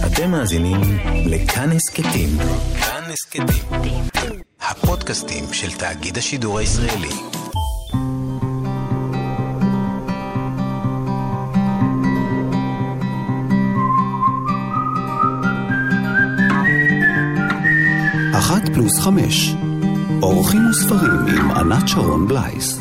אתם מאזינים לכאן הסקטים. כאן הסקטים. הפודקאסטים של תאגיד השידור הישראלי. אחת פלוס 5. אורחים וספרים עם ענת שרון בלייס.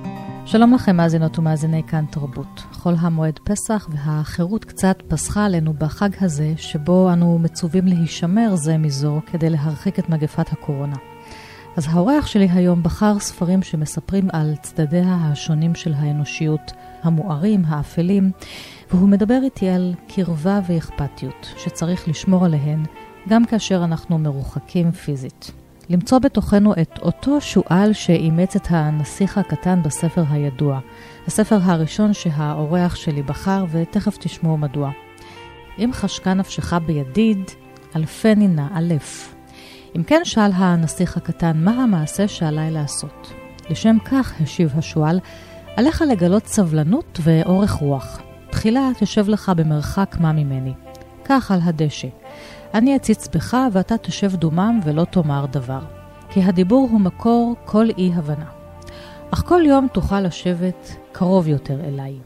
שלום לכם מאזינות ומאזיני כאן תרבות. חול המועד פסח והחירות קצת פסחה עלינו בחג הזה שבו אנו מצווים להישמר זה מזו כדי להרחיק את מגפת הקורונה. אז האורח שלי היום בחר ספרים שמספרים על צדדיה השונים של האנושיות, המוארים, האפלים, והוא מדבר איתי על קרבה ואכפתיות שצריך לשמור עליהן גם כאשר אנחנו מרוחקים פיזית. למצוא בתוכנו את אותו שואל שאימץ את הנסיך הקטן בספר הידוע. הספר הראשון שהאורח שלי בחר, ותכף תשמעו מדוע. אם חשקה נפשך בידיד, אלפני נא אלף. אם כן שאל הנסיך הקטן, מה המעשה שעליי לעשות? לשם כך השיב השואל, עליך לגלות סבלנות ואורך רוח. תחילה תשב לך במרחק מה ממני. כך על הדשא. אני אציץ בך ואתה תשב דומם ולא תאמר דבר. כי הדיבור הוא מקור כל אי הבנה. אך כל יום תוכל לשבת קרוב יותר אליי.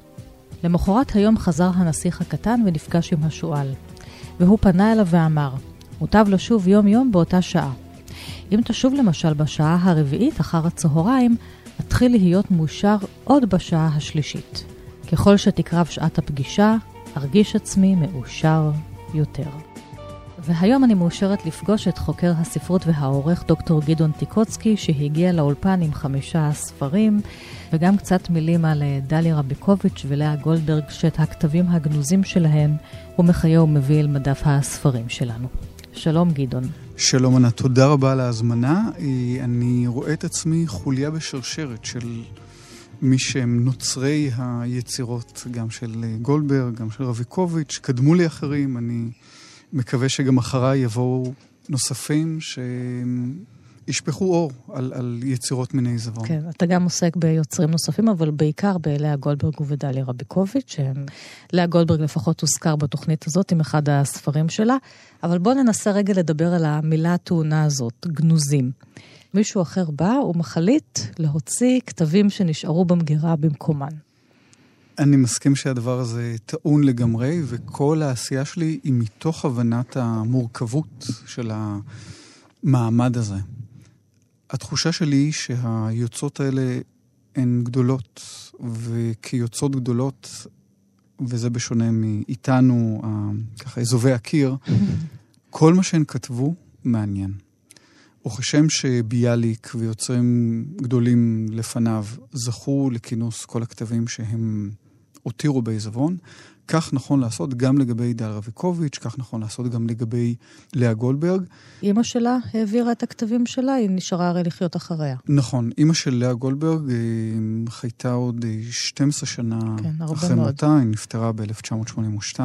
למחרת היום חזר הנסיך הקטן ונפגש עם השואל. והוא פנה אליו ואמר, מוטב לשוב יום יום באותה שעה. אם תשוב למשל בשעה הרביעית אחר הצהריים, אתחיל להיות מאושר עוד בשעה השלישית. ככל שתקרב שעת הפגישה, ארגיש עצמי מאושר יותר. והיום אני מאושרת לפגוש את חוקר הספרות והעורך דוקטור גדעון טיקוצקי, שהגיע לאולפן עם 5 ספרים, וגם קצת מילים על דליה רביקוביץ' ולאה גולדברג, שאת הכתבים הגנוזים שלהן הוא מחיה ומביא אל מדף הספרים שלנו. שלום גדעון. שלום ענת, תודה רבה על ההזמנה. אני רואה את עצמי חוליה בשרשרת של מי שהם נוצרי היצירות, גם של גולדברג, גם של רביקוביץ', קדמו לי אחרים, אני מקווה שגם אחריי יבואו נוספים שישפכו אור על יצירות מיני עיזבון. כן, אתה גם עוסק ביוצרים נוספים, אבל בעיקר בלאה גולדברג ובדליה רביקוביץ', לאה גולדברג לפחות הוזכר בתוכנית הזאת עם אחד הספרים שלה, אבל בואו ננסה רגע לדבר על המילה התאונה הזאת, גנוזים. מישהו אחר בא ומחליט להוציא כתבים שנשארו במגירה במקומן. אני מסכים שהדבר הזה טעון לגמרי, וכל העשייה שלי היא מתוך הבנת המורכבות של המעמד הזה. התחושה שלי היא שהיוצאות האלה הן גדולות, וכיוצאות גדולות, וזה בשונה מאיתנו, ככה, אזובי הקיר, כל מה שהן כתבו מעניין. וכשם שביאליק ויוצרים גדולים לפניו זכו לכינוס כל הכתבים שהם הותירו בעיזבון, כך נכון לעשות גם לגבי דליה רביקוביץ', כך נכון לעשות גם לגבי לאה גולדברג. אמא שלה העבירה את הכתבים שלה, היא נשארה הרי לחיות אחריה. נכון, אמא של לאה גולדברג חייתה עוד 12 שנה אחרי מותה, היא נפטרה ב-1982,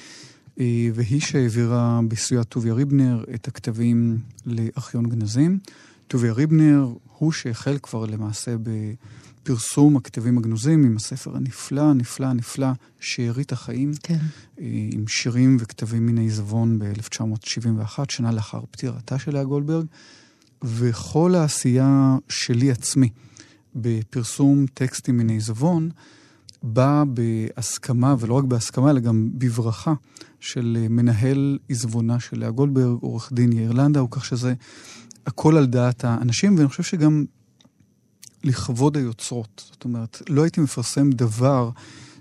והיא שהעבירה בסיוע טוביה ריבנר את הכתבים לארכיון גנזים. טוביה ריבנר הוא שהחל כבר למעשה בפרסום הכתבים הגנוזים עם הספר הנפלא, נפלא, נפלא, שארית החיים, כן. עם שירים וכתבים מן העיזבון ב-1971, שנה לאחר פטירתה של לאה גולדברג, וכל העשייה שלי עצמי בפרסום טקסטים מן העיזבון, בא בהסכמה, ולא רק בהסכמה, אלא גם בברכה של מנהל עיזבונה של לאה גולדברג, עורך דין יאיר לנדאו, כך שזה הכל על דעת האנשים, ואני חושב שגם לכבוד היוצרות. זאת אומרת, לא הייתי מפרסם דבר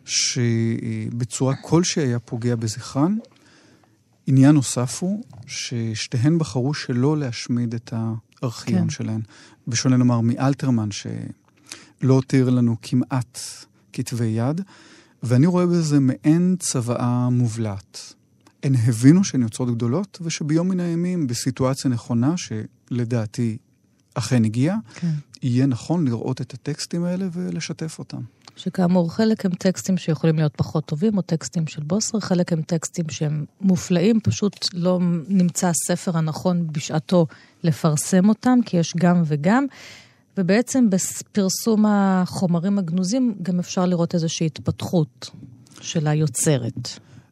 שבצורה כלשהי היה פוגע בזכרן. עניין נוסף הוא ששתיהן בחרו שלא להשמיד את הארכיון שלהן. בשונה נאמר מאלתרמן, שלא הותיר לנו כמעט כתבי יד, ואני רואה בזה מעין צוואה מובלעת. הן הבינו שהן יוצרות גדולות, ושביום מן הימים, בסיטואציה נכונה, שלדעתי אכן הגיעה, יהיה נכון לראות את הטקסטים האלה ולשתף אותם. שכאמור, חלק הם טקסטים שיכולים להיות פחות טובים, או טקסטים של בוסר, חלק הם טקסטים שהם מופלאים, פשוט לא נמצא הספר הנכון בשעתו לפרסם אותם, כי יש גם וגם, ובעצם בפרסום החומרים הגנוזים גם אפשר לראות איזושהי התפתחות של היוצרת.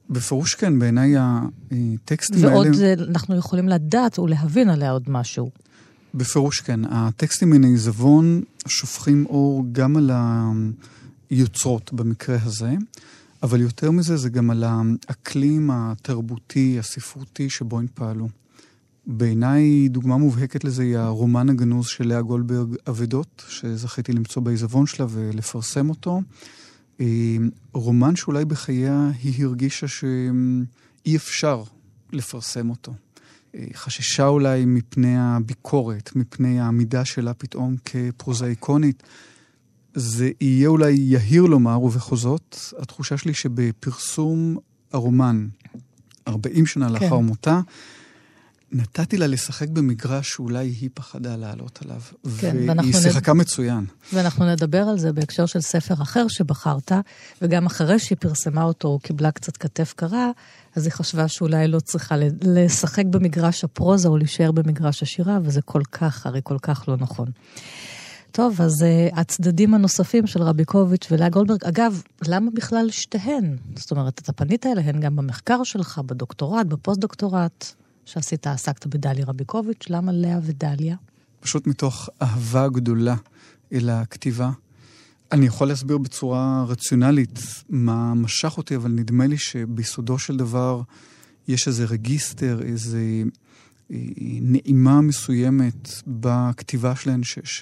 בפירוש כן, בעיניי הטקסטים האלה... ועוד אנחנו יכולים לדעת ולהבין עליה עוד משהו. בפירוש כן. הטקסטים מן העיזבון שופכים אור גם על היוצרות במקרה הזה, אבל יותר מזה זה גם על האקלים התרבותי, הספרותי שבו הם פעלו. בעיניי דוגמה מובהקת לזה היא הרומן הגנוז של לאה גולדברג אבדות, שזכיתי למצוא בעיזבון שלה ולפרסם אותו. רומן שאולי בחייה היא הרגישה שאי אפשר לפרסם אותו. חששה אולי מפני הביקורת, מפני העמידה שלה פתאום כפרוזאיקונית. זה יהיה אולי יהיר לומר, ובכל זאת, התחושה שלי שבפרסום הרומן, 40 שנה לאחר מותה, נתתי לה לשחק במגרש שאולי היא פחדה לעלות עליו. כן, והיא שיחקה מצוין. ואנחנו נדבר על זה בהקשר של ספר אחר שבחרת, וגם אחרי שהיא פרסמה אותו, קיבלה קצת כתף קרה, אז היא חשבה שאולי לא צריכה לשחק במגרש הפרוזה או להישאר במגרש השירה, וזה הרי כל כך לא נכון. טוב, אז הצדדים הנוספים של רביקוביץ' ולאה גולדברג, אגב, למה בכלל שתיהן? זאת אומרת, אתה פנית אליהן גם במחקר שלך, בדוקטורט, בפוסט-דוקטורט, שעשית, עסקת בדליה רביקוביץ', למה לאה ודליה? פשוט מתוך אהבה גדולה אל הכתיבה. אני יכול להסביר בצורה רציונלית מה משך אותי, אבל נדמה לי שביסודו של דבר יש איזה רגיסטר, איזה נעימה מסוימת בכתיבה שלהן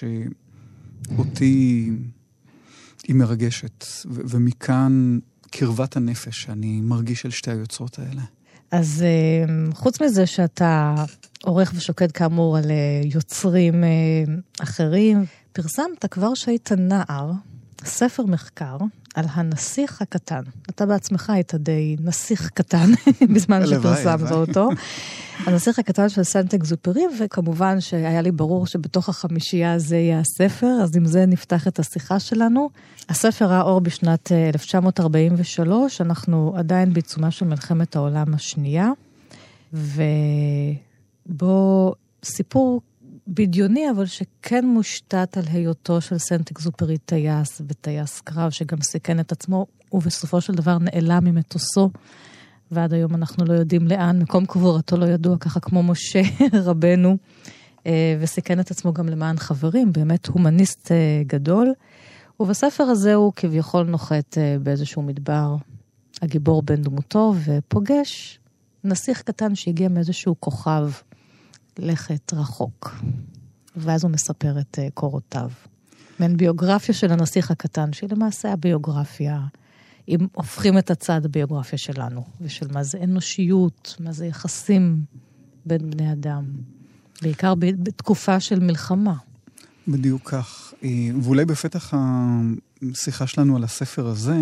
שאותי היא מרגשת, ומכאן קרבת הנפש שאני מרגיש על שתי היוצרות האלה. אז חוץ מזה שאתה עורך ושוקד כאמור על יוצרים אחרים, פרסמת כבר שהיית נער ספר מחקר על הנסיך הקטן. אתה בעצמך היית די נסיך קטן בזמן שפרסמת אותו. הנסיך הקטן של סנט-אקזופרי, וכמובן שהיה לי ברור שבתוך החמישייה הזה יהיה הספר, אז עם זה נפתח את השיחה שלנו. הספר ראה אור בשנת 1943, אנחנו עדיין בעיצומה של מלחמת העולם השנייה, ובו סיפור בדיוני, אבל שכן מושתת על היותו של סנט-אקזופרי טייס וטייס קרב, שגם סיכן את עצמו, ובסופו של דבר נעלם ממטוסו, ועד היום אנחנו לא יודעים לאן, מקום קבורתו לא ידוע, ככה כמו משה רבנו, וסיכן את עצמו גם למען חברים, באמת הומניסט גדול, ובספר הזה הוא כביכול נוחת באיזשהו מדבר, הגיבור בן דמותו, ופוגש נסיך קטן שהגיע מאיזשהו כוכב, לכת רחוק. ואז הוא מספר את קורותיו. מעין ביוגרפיה של הנסיך הקטן, שהיא למעשה הביוגרפיה, אם הופכים את הצד הביוגרפיה שלנו, ושל מה זה אנושיות, מה זה יחסים בין בני אדם, בעיקר בתקופה של מלחמה. בדיוק כך. ואולי בפתח השיחה שלנו על הספר הזה,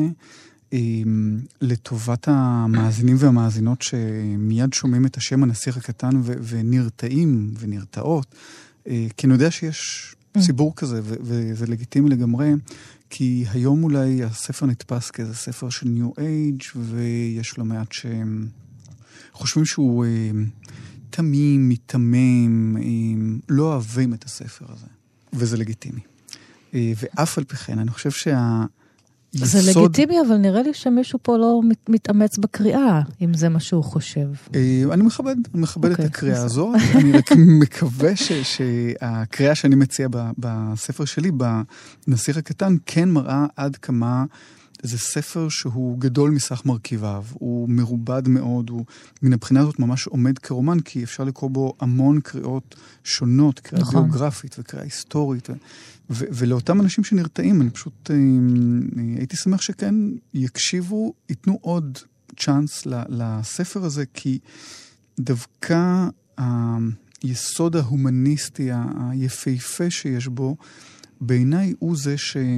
לטובת המאזינים והמאזינות שמיד שומעים את השם הנסיך הקטן ונרתעים ונרתעות, כי אני יודע שיש ציבור כזה, וזה לגיטימי לגמרי, כי היום אולי הספר נתפס כאיזה ספר של ניו אייג' ויש לו מעט שחושבים שהוא תמים, מתמם, לא אוהבים את הספר הזה, וזה לגיטימי. ואף על פי כן, אני חושב זה לגיטימי, אבל נראה לי שמישהו פה לא מתאמץ בקריאה, אם זה מה שהוא חושב. אני מכבד את הקריאה הזו. אני רק מקווה שהקריאה שאני מציע בספר שלי, בנסיך הקטן, כן מראה עד כמה זה ספר שהוא גדול מסך מרכיביו. הוא מרובד מאוד, הוא מן הבחינה הזאת ממש עומד כרומן, כי אפשר לקרוא בו המון קריאות שונות, קריאה ביוגרפית וקריאה היסטורית. ולאותם אנשים שנרתעים, אני פשוט הייתי שמח שכן יקשיבו, ייתנו עוד צ'אנס לספר הזה, כי דווקא היסוד ההומניסטי, היפהפה שיש בו, בעיניי הוא זה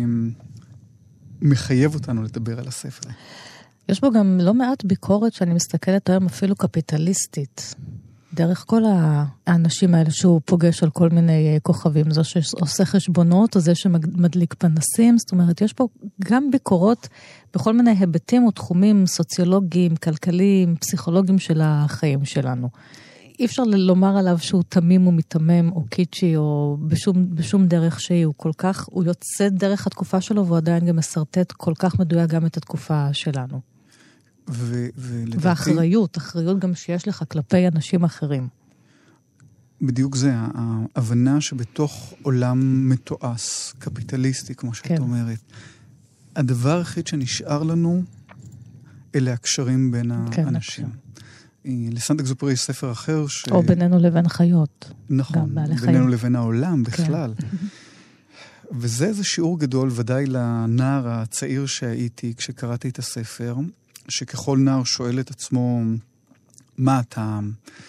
שמחייב אותנו לדבר על הספר. יש בו גם לא מעט ביקורת שאני מסתכלת היום אפילו קפיטליסטית. דרך כל האנשים האלה שהוא פוגש על כל מיני כוכבים, זה שעושה חשבונות, או זה שמדליק פנסים, זאת אומרת, יש פה גם ביקורות בכל מיני היבטים ותחומים סוציולוגיים, כלכליים, פסיכולוגיים של החיים שלנו. אי אפשר לומר עליו שהוא תמים ומתמם, או קיצ'י, או בשום דרך שהיא, הוא יוצא דרך התקופה שלו, והוא עדיין גם מסרטט כל כך מדויק גם את התקופה שלנו. ולדעתי... ואחריות, אחריות גם שיש לך כלפי אנשים אחרים. בדיוק זה, ההבנה שבתוך עולם מתועש, קפיטליסטי, כמו שאת אומרת, הדבר הכי שנשאר לנו, אלה הקשרים בין האנשים. לסנט-אקזופרי יש ספר אחר או בינינו לבין חיות. נכון, בינינו לבין העולם בכלל. וזה איזה שיעור גדול, ודאי לנער הצעיר שהייתי כשקראתי את הספר, שככל נער שואל את עצמו מה הטעם,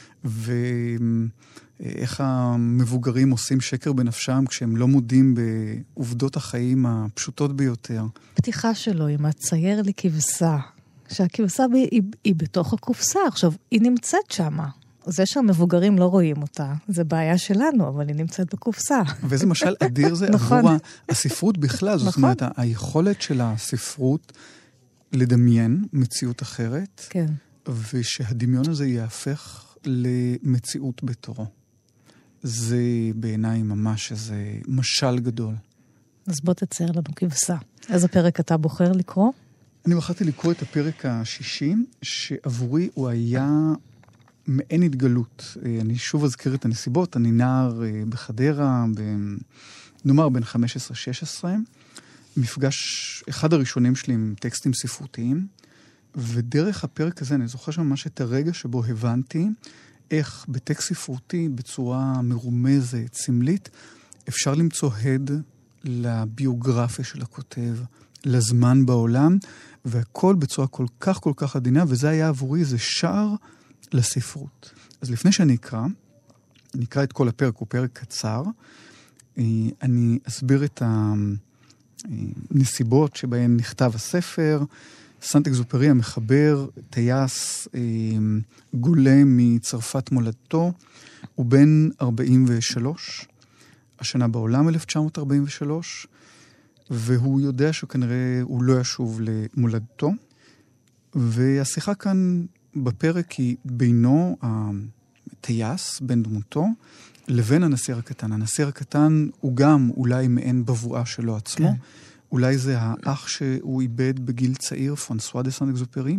ואיך המבוגרים עושים שקר בנפשם כשהם לא מודים בעובדות החיים הפשוטות ביותר. פתיחה שלו עם הצייר לי כבשה, שהכבשה היא בתוך הקופסה, עכשיו היא נמצאת שמה. זה שהמבוגרים לא רואים אותה, זה בעיה שלנו, אבל היא נמצאת בקופסה. וזה משל אדיר זה עבור הספרות בכלל. זאת אומרת, היכולת של הספרות לדמיין מציאות אחרת, ושהדמיון הזה יהפך למציאות בתורו. זה בעיניי ממש איזה משל גדול. אז בוא תצייר לנו כבשה. איזה פרק אתה בוחר לקרוא? אני בחרתי לקרוא את הפרק השישי, שעבורי הוא היה מעין התגלות. אני שוב אזכיר את הנסיבות, אני נער בחדרה, נאמר בין 15-16, מפגש אחד הראשונים שלי עם טקסטים ספרותיים, ודרך הפרק הזה אני זוכר שממש את הרגע שבו הבנתי איך בטקסט ספרותי בצורה מרומזת, סמלית, אפשר למצוא הד לביוגרפיה של הכותב, לזמן בעולם, והכל בצורה כל כך עדינה, וזה היה עבורי, זה שער לספרות. אז לפני שאני אקרא את כל הפרק, הוא פרק קצר, אני אסביר את הנסיבות שבהן נכתב הספר. סנט-אקזופרי המחבר, טייס גולה מצרפת מולדתו, הוא בן 43, השנה בעולם 1943, והוא יודע שכנראה הוא לא ישוב למולדתו, והשיחה כאן בפרק היא בינו, הטייס, בן דמותו, לבין הנשיא הקטן. הנשיא הקטן הוא גם אולי מעין בבואה שלו עצמו, כן. אולי זה האח שהוא איבד בגיל צעיר, פרנסואה דה סנט-אקזופרי,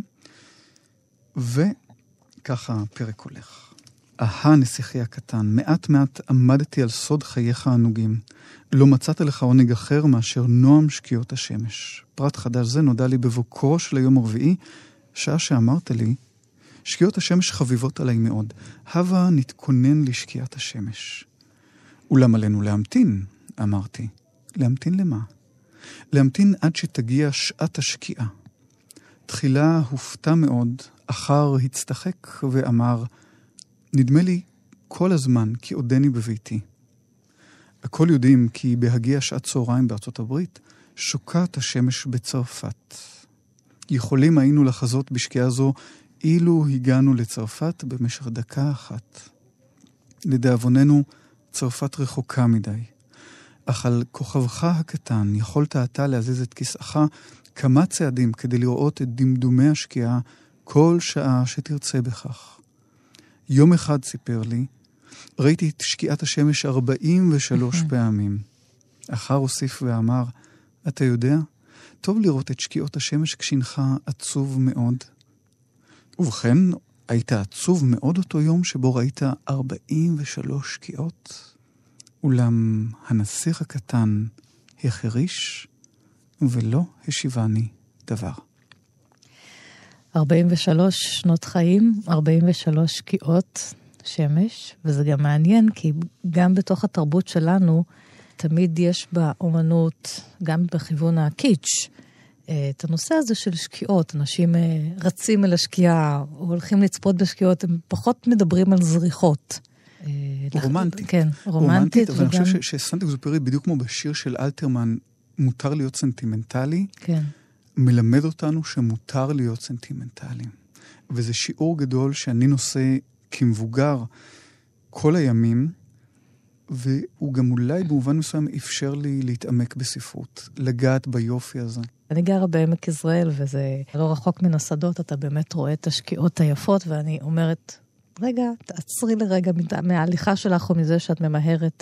וככה הפרק הולך. נסיכי הקטן, מעט עמדתי על סוד חייך הענוגים. לא מצאת לך עונג אחר מאשר נועם שקיעות השמש. פרט חדש זה נודע לי בבוקרו של היום הרביעי, שעה שאמרת לי, שקיעות השמש חביבות עליי מאוד. הווה נתכונן לשקיעת השמש. אולם עלינו להמתין, אמרתי. להמתין למה? להמתין עד שתגיע שעת השקיעה. תחילה הופתע מאוד, אחר הצטחק ואמר, נדמה לי כל הזמן כי עודני בביתי. הכל יודעים כי בהגיע שעת צהריים בארצות הברית, שוקעת השמש בצרפת. יכולים היינו לחזות בשקיעה זו, אילו הגענו לצרפת במשך דקה אחת. לדאבוננו, צרפת רחוקה מדי. אך על כוכבך הקטן יכולת אתה להזיז את כיסאך כמה צעדים כדי לראות את דמדומי השקיעה כל שעה שתרצה בכך. יום אחד, סיפר לי, ראיתי את שקיעת השמש 43 פעמים. אחר הוסיף ואמר, אתה יודע, טוב לראות את שקיעות השמש כשנך עצוב מאוד. ובכן, היית עצוב מאוד אותו יום שבו ראית 43 שקיעות. אולם הנסיך הקטן החריש ולא השיבני דבר. 43 שנות חיים, 43 שקיעות שמש, וזה גם מעניין כי גם בתוך התרבות שלנו תמיד יש באומנות, גם בכיוון הקיץ', את הנושא הזה של שקיעות. אנשים רצים אל השקיעה או הולכים לצפות בשקיעות, הם פחות מדברים על זריחות. רומנטית. כן, רומנטית. אבל אני חושב שסנט-אקזופרי, בדיוק כמו בשיר של אלתרמן, מותר להיות סנטימנטלי, כן. מלמד אותנו שמותר להיות סנטימנטליים. וזה שיעור גדול שאני נושא כמבוגר כל הימים, והוא גם אולי במובן מסוים אפשר לי להתעמק בספרות, לגעת ביופי הזה. אני גרה בעמק יזרעאל, וזה לא רחוק מן השדות, אתה באמת רואה את השקיעות היפות, ואני אומרת, רגע, תעצרי לרגע מההליכה שלך, או מזה שאת ממהרת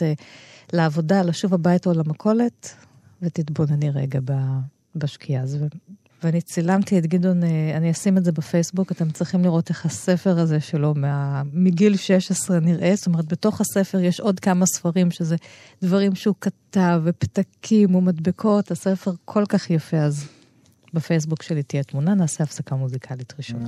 לעבודה, לשוב הביתה או למכולת, ותתבונני רגע בשקיעה הזו. ואני צילמתי את גדעון, אני אשים את זה בפייסבוק, אתם צריכים לראות איך הספר הזה שלו, מגיל 16 נראה, זאת אומרת, בתוך הספר יש עוד כמה ספרים, שזה דברים שהוא כתב, ופתקים ומדבקות, הספר כל כך יפה, אז בפייסבוק שלי תהיה תמונה, נעשה הפסקה מוזיקלית ראשונה.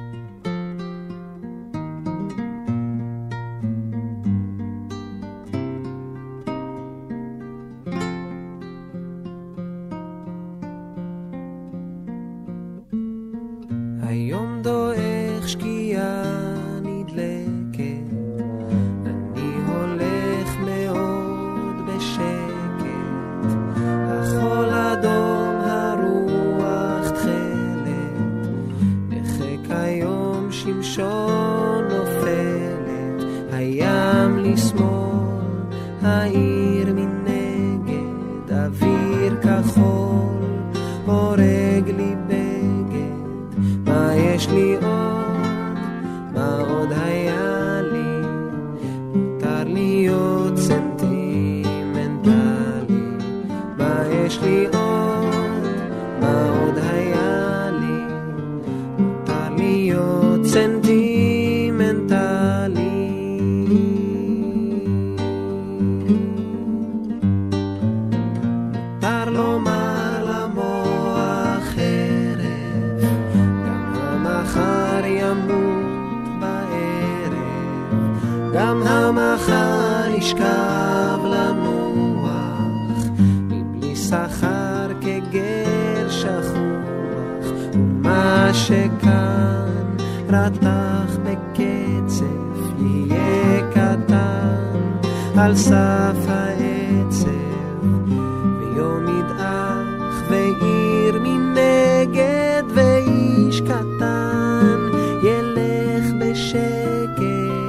היום דועך שקיעה נדלקת, אני הולך מאוד בשקט, החול אדום הרוח תחלת, בחק היום שמשון נופלת, הים לשמאל, העיר מנגד, אוויר כחול, הורג לי יש לי עוד, מה עוד היה לי, מותר להיות סנטימנטלי, מה יש לי עוד, מה עוד היה לי, מותר להיות סנטימנטלי. מותר לומר למוח חרב, מחר ימות בערב, גם המחר ישכב לנוח, מבלי שכר כגר שכוח, ומה שכאן רתח בקצף, יהיה קטן על סף העצב, ויום ידעך ועיר מנגד, ואיש קטן ילך בשקט.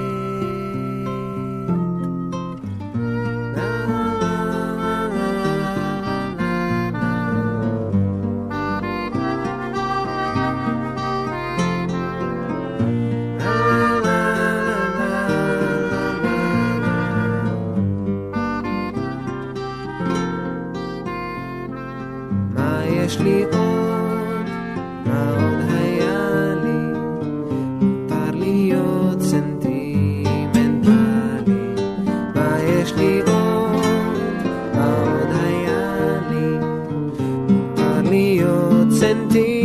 מה יש לי עוד, מה עוד היה לי, מותר להיות סנטימנטלי, מה יש לי עוד, מה עוד היה לי, מותר להיות סנטימנטלי.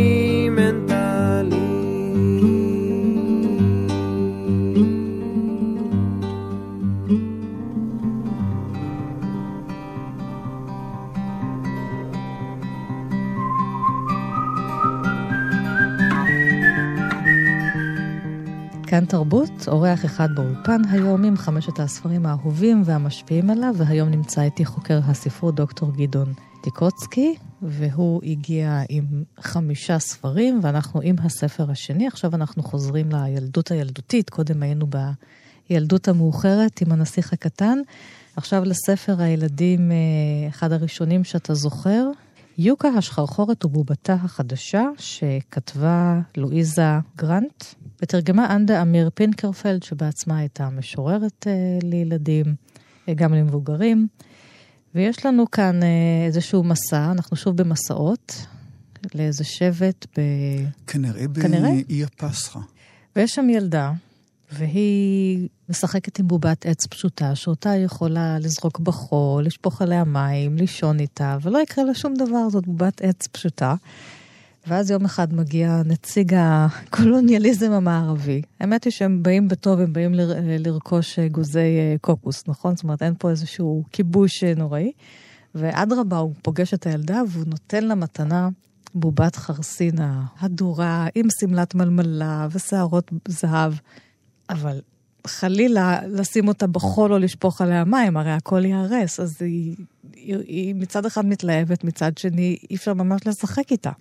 כאן תרבות, אורח אחד באולפן היום עם 5 הספרים האהובים והמשפיעים עליו, והיום נמצא איתי חוקר הספרות דוקטור גדעון טיקוצקי, והוא הגיע עם 5 ספרים, ואנחנו עם הספר השני. עכשיו אנחנו חוזרים לילדות הילדותית, קודם היינו בילדות המאוחרת עם הנסיך הקטן, עכשיו לספר הילדים, אחד הראשונים שאתה זוכר, יוקה השחרחורת ובובתה החדשה, שכתבה לואיזה גרנט, ותרגמה אנדה אמיר פינקרפלד, שבעצמה הייתה משוררת לילדים, גם למבוגרים. ויש לנו כאן איזשהו מסע, אנחנו שוב במסעות, לאיזה שבט כנראה באי הפסחה. ויש שם ילדה, והיא משחקת עם בובת עץ פשוטה, שאותה היא יכולה לזרוק בחול, לשפוך עליה מים, לישון איתה, ולא יקרה לה שום דבר, זאת בובת עץ פשוטה. ואז יום אחד מגיע נציג הקולוניאליזם המערבי. האמת היא שהם באים בטוב, הם באים לרכוש גוזי קוקוס, נכון? זאת אומרת, אין פה איזשהו כיבוש נוראי. ואדרבה, הוא פוגש את הילדה, והוא נותן לה מתנה בובת חרסינה, הדורה, עם סמלת מלמלה ושערות זהב. אבל חלילה לשים אותה בחול או לשפוך עליה מים, הרי הכל יהרס. אז היא מצד אחד מתלהבת, מצד שני אי אפשר ממש לשחק איתה.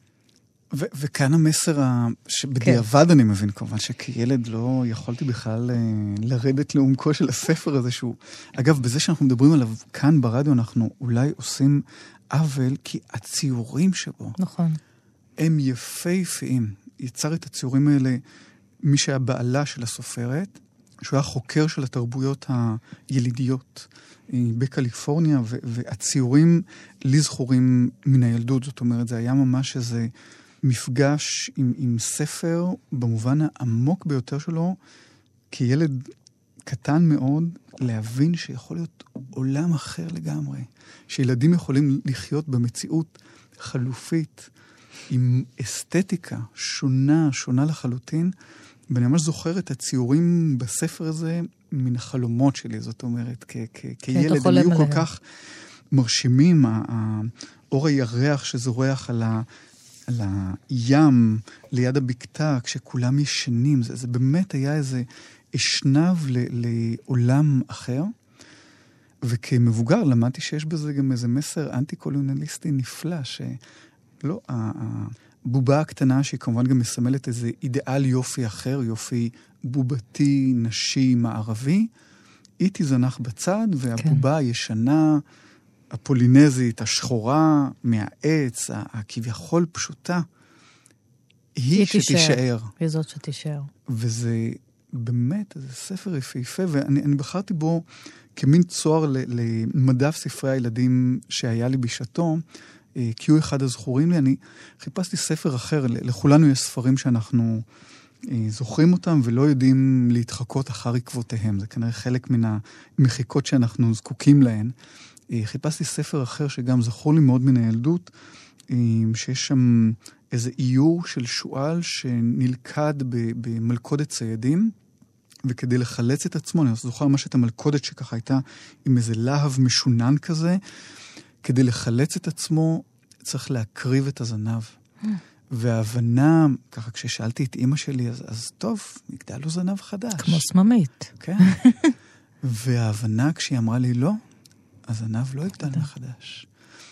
וכאן המסר שבדיעבד אני מבין כמובן שכילד לא יכולתי בכלל לרדת לעומקו של הספר הזה שהוא, אגב, בזה שאנחנו מדברים עליו כאן ברדיו, אנחנו אולי עושים עוול, כי הציורים שבו, נכון, הם יפהפיים. יצר את הציורים האלה מי שהיה בעלה של הסופרת, שהוא היה חוקר של התרבויות הילידיות בקליפורניה, והציורים לי זכורים מן הילדות. זאת אומרת, זה היה ממש איזה מפגש עם ספר במובן העמוק ביותר שלו, כילד קטן מאוד, להבין שיכול להיות עולם אחר לגמרי, שילדים יכולים לחיות במציאות חלופית, עם אסתטיקה שונה לחלוטין, ואני ממש זוכר את הציורים בספר הזה מן החלומות שלי, זאת אומרת, כילד, הם היו כל כך מרשימים, האור הירח שזורח על הים ליד הבקתה, כשכולם ישנים, זה באמת היה איזה אשנב לעולם אחר, וכמבוגר למדתי שיש בזה גם איזה מסר אנטי-קולוניאליסטי נפלא, שלא, הבובה הקטנה שהיא כמובן גם מסמלת איזה אידיאל יופי אחר, יופי בובתי, נשי, מערבי, היא תזנח בצד, והבובה הישנה, הפולינזית, השחורה, מהעץ, הכביכול פשוטה, היא שתישאר. היא זאת שתישאר. וזה באמת, זה ספר יפהפה, ואני בחרתי בו כמין צוהר למדף ספרי הילדים שהיה לי בשעתו, כי הוא אחד הזכורים לי. אני חיפשתי ספר אחר, לכולנו יש ספרים שאנחנו זוכרים אותם ולא יודעים להתחקות אחר עקבותיהם. זה כנראה חלק מן המחיקות שאנחנו זקוקים להן. חיפשתי ספר אחר שגם זכור לי מאוד מן הילדות, שיש שם איזה איור של שואל שנלכד במלכודת ציידים, וכדי לחלץ את עצמו, אני זוכר ממש את המלכודת שככה הייתה עם איזה להב משונן כזה, כדי לחלץ את עצמו צריך להקריב את הזנב. וההבנה, ככה כששאלתי את אמא שלי, אז טוב, יגדל לו זנב חדש. כמו סממית. כן. וההבנה כשהיא אמרה לי לא, הזנב לא יגדל מחדש.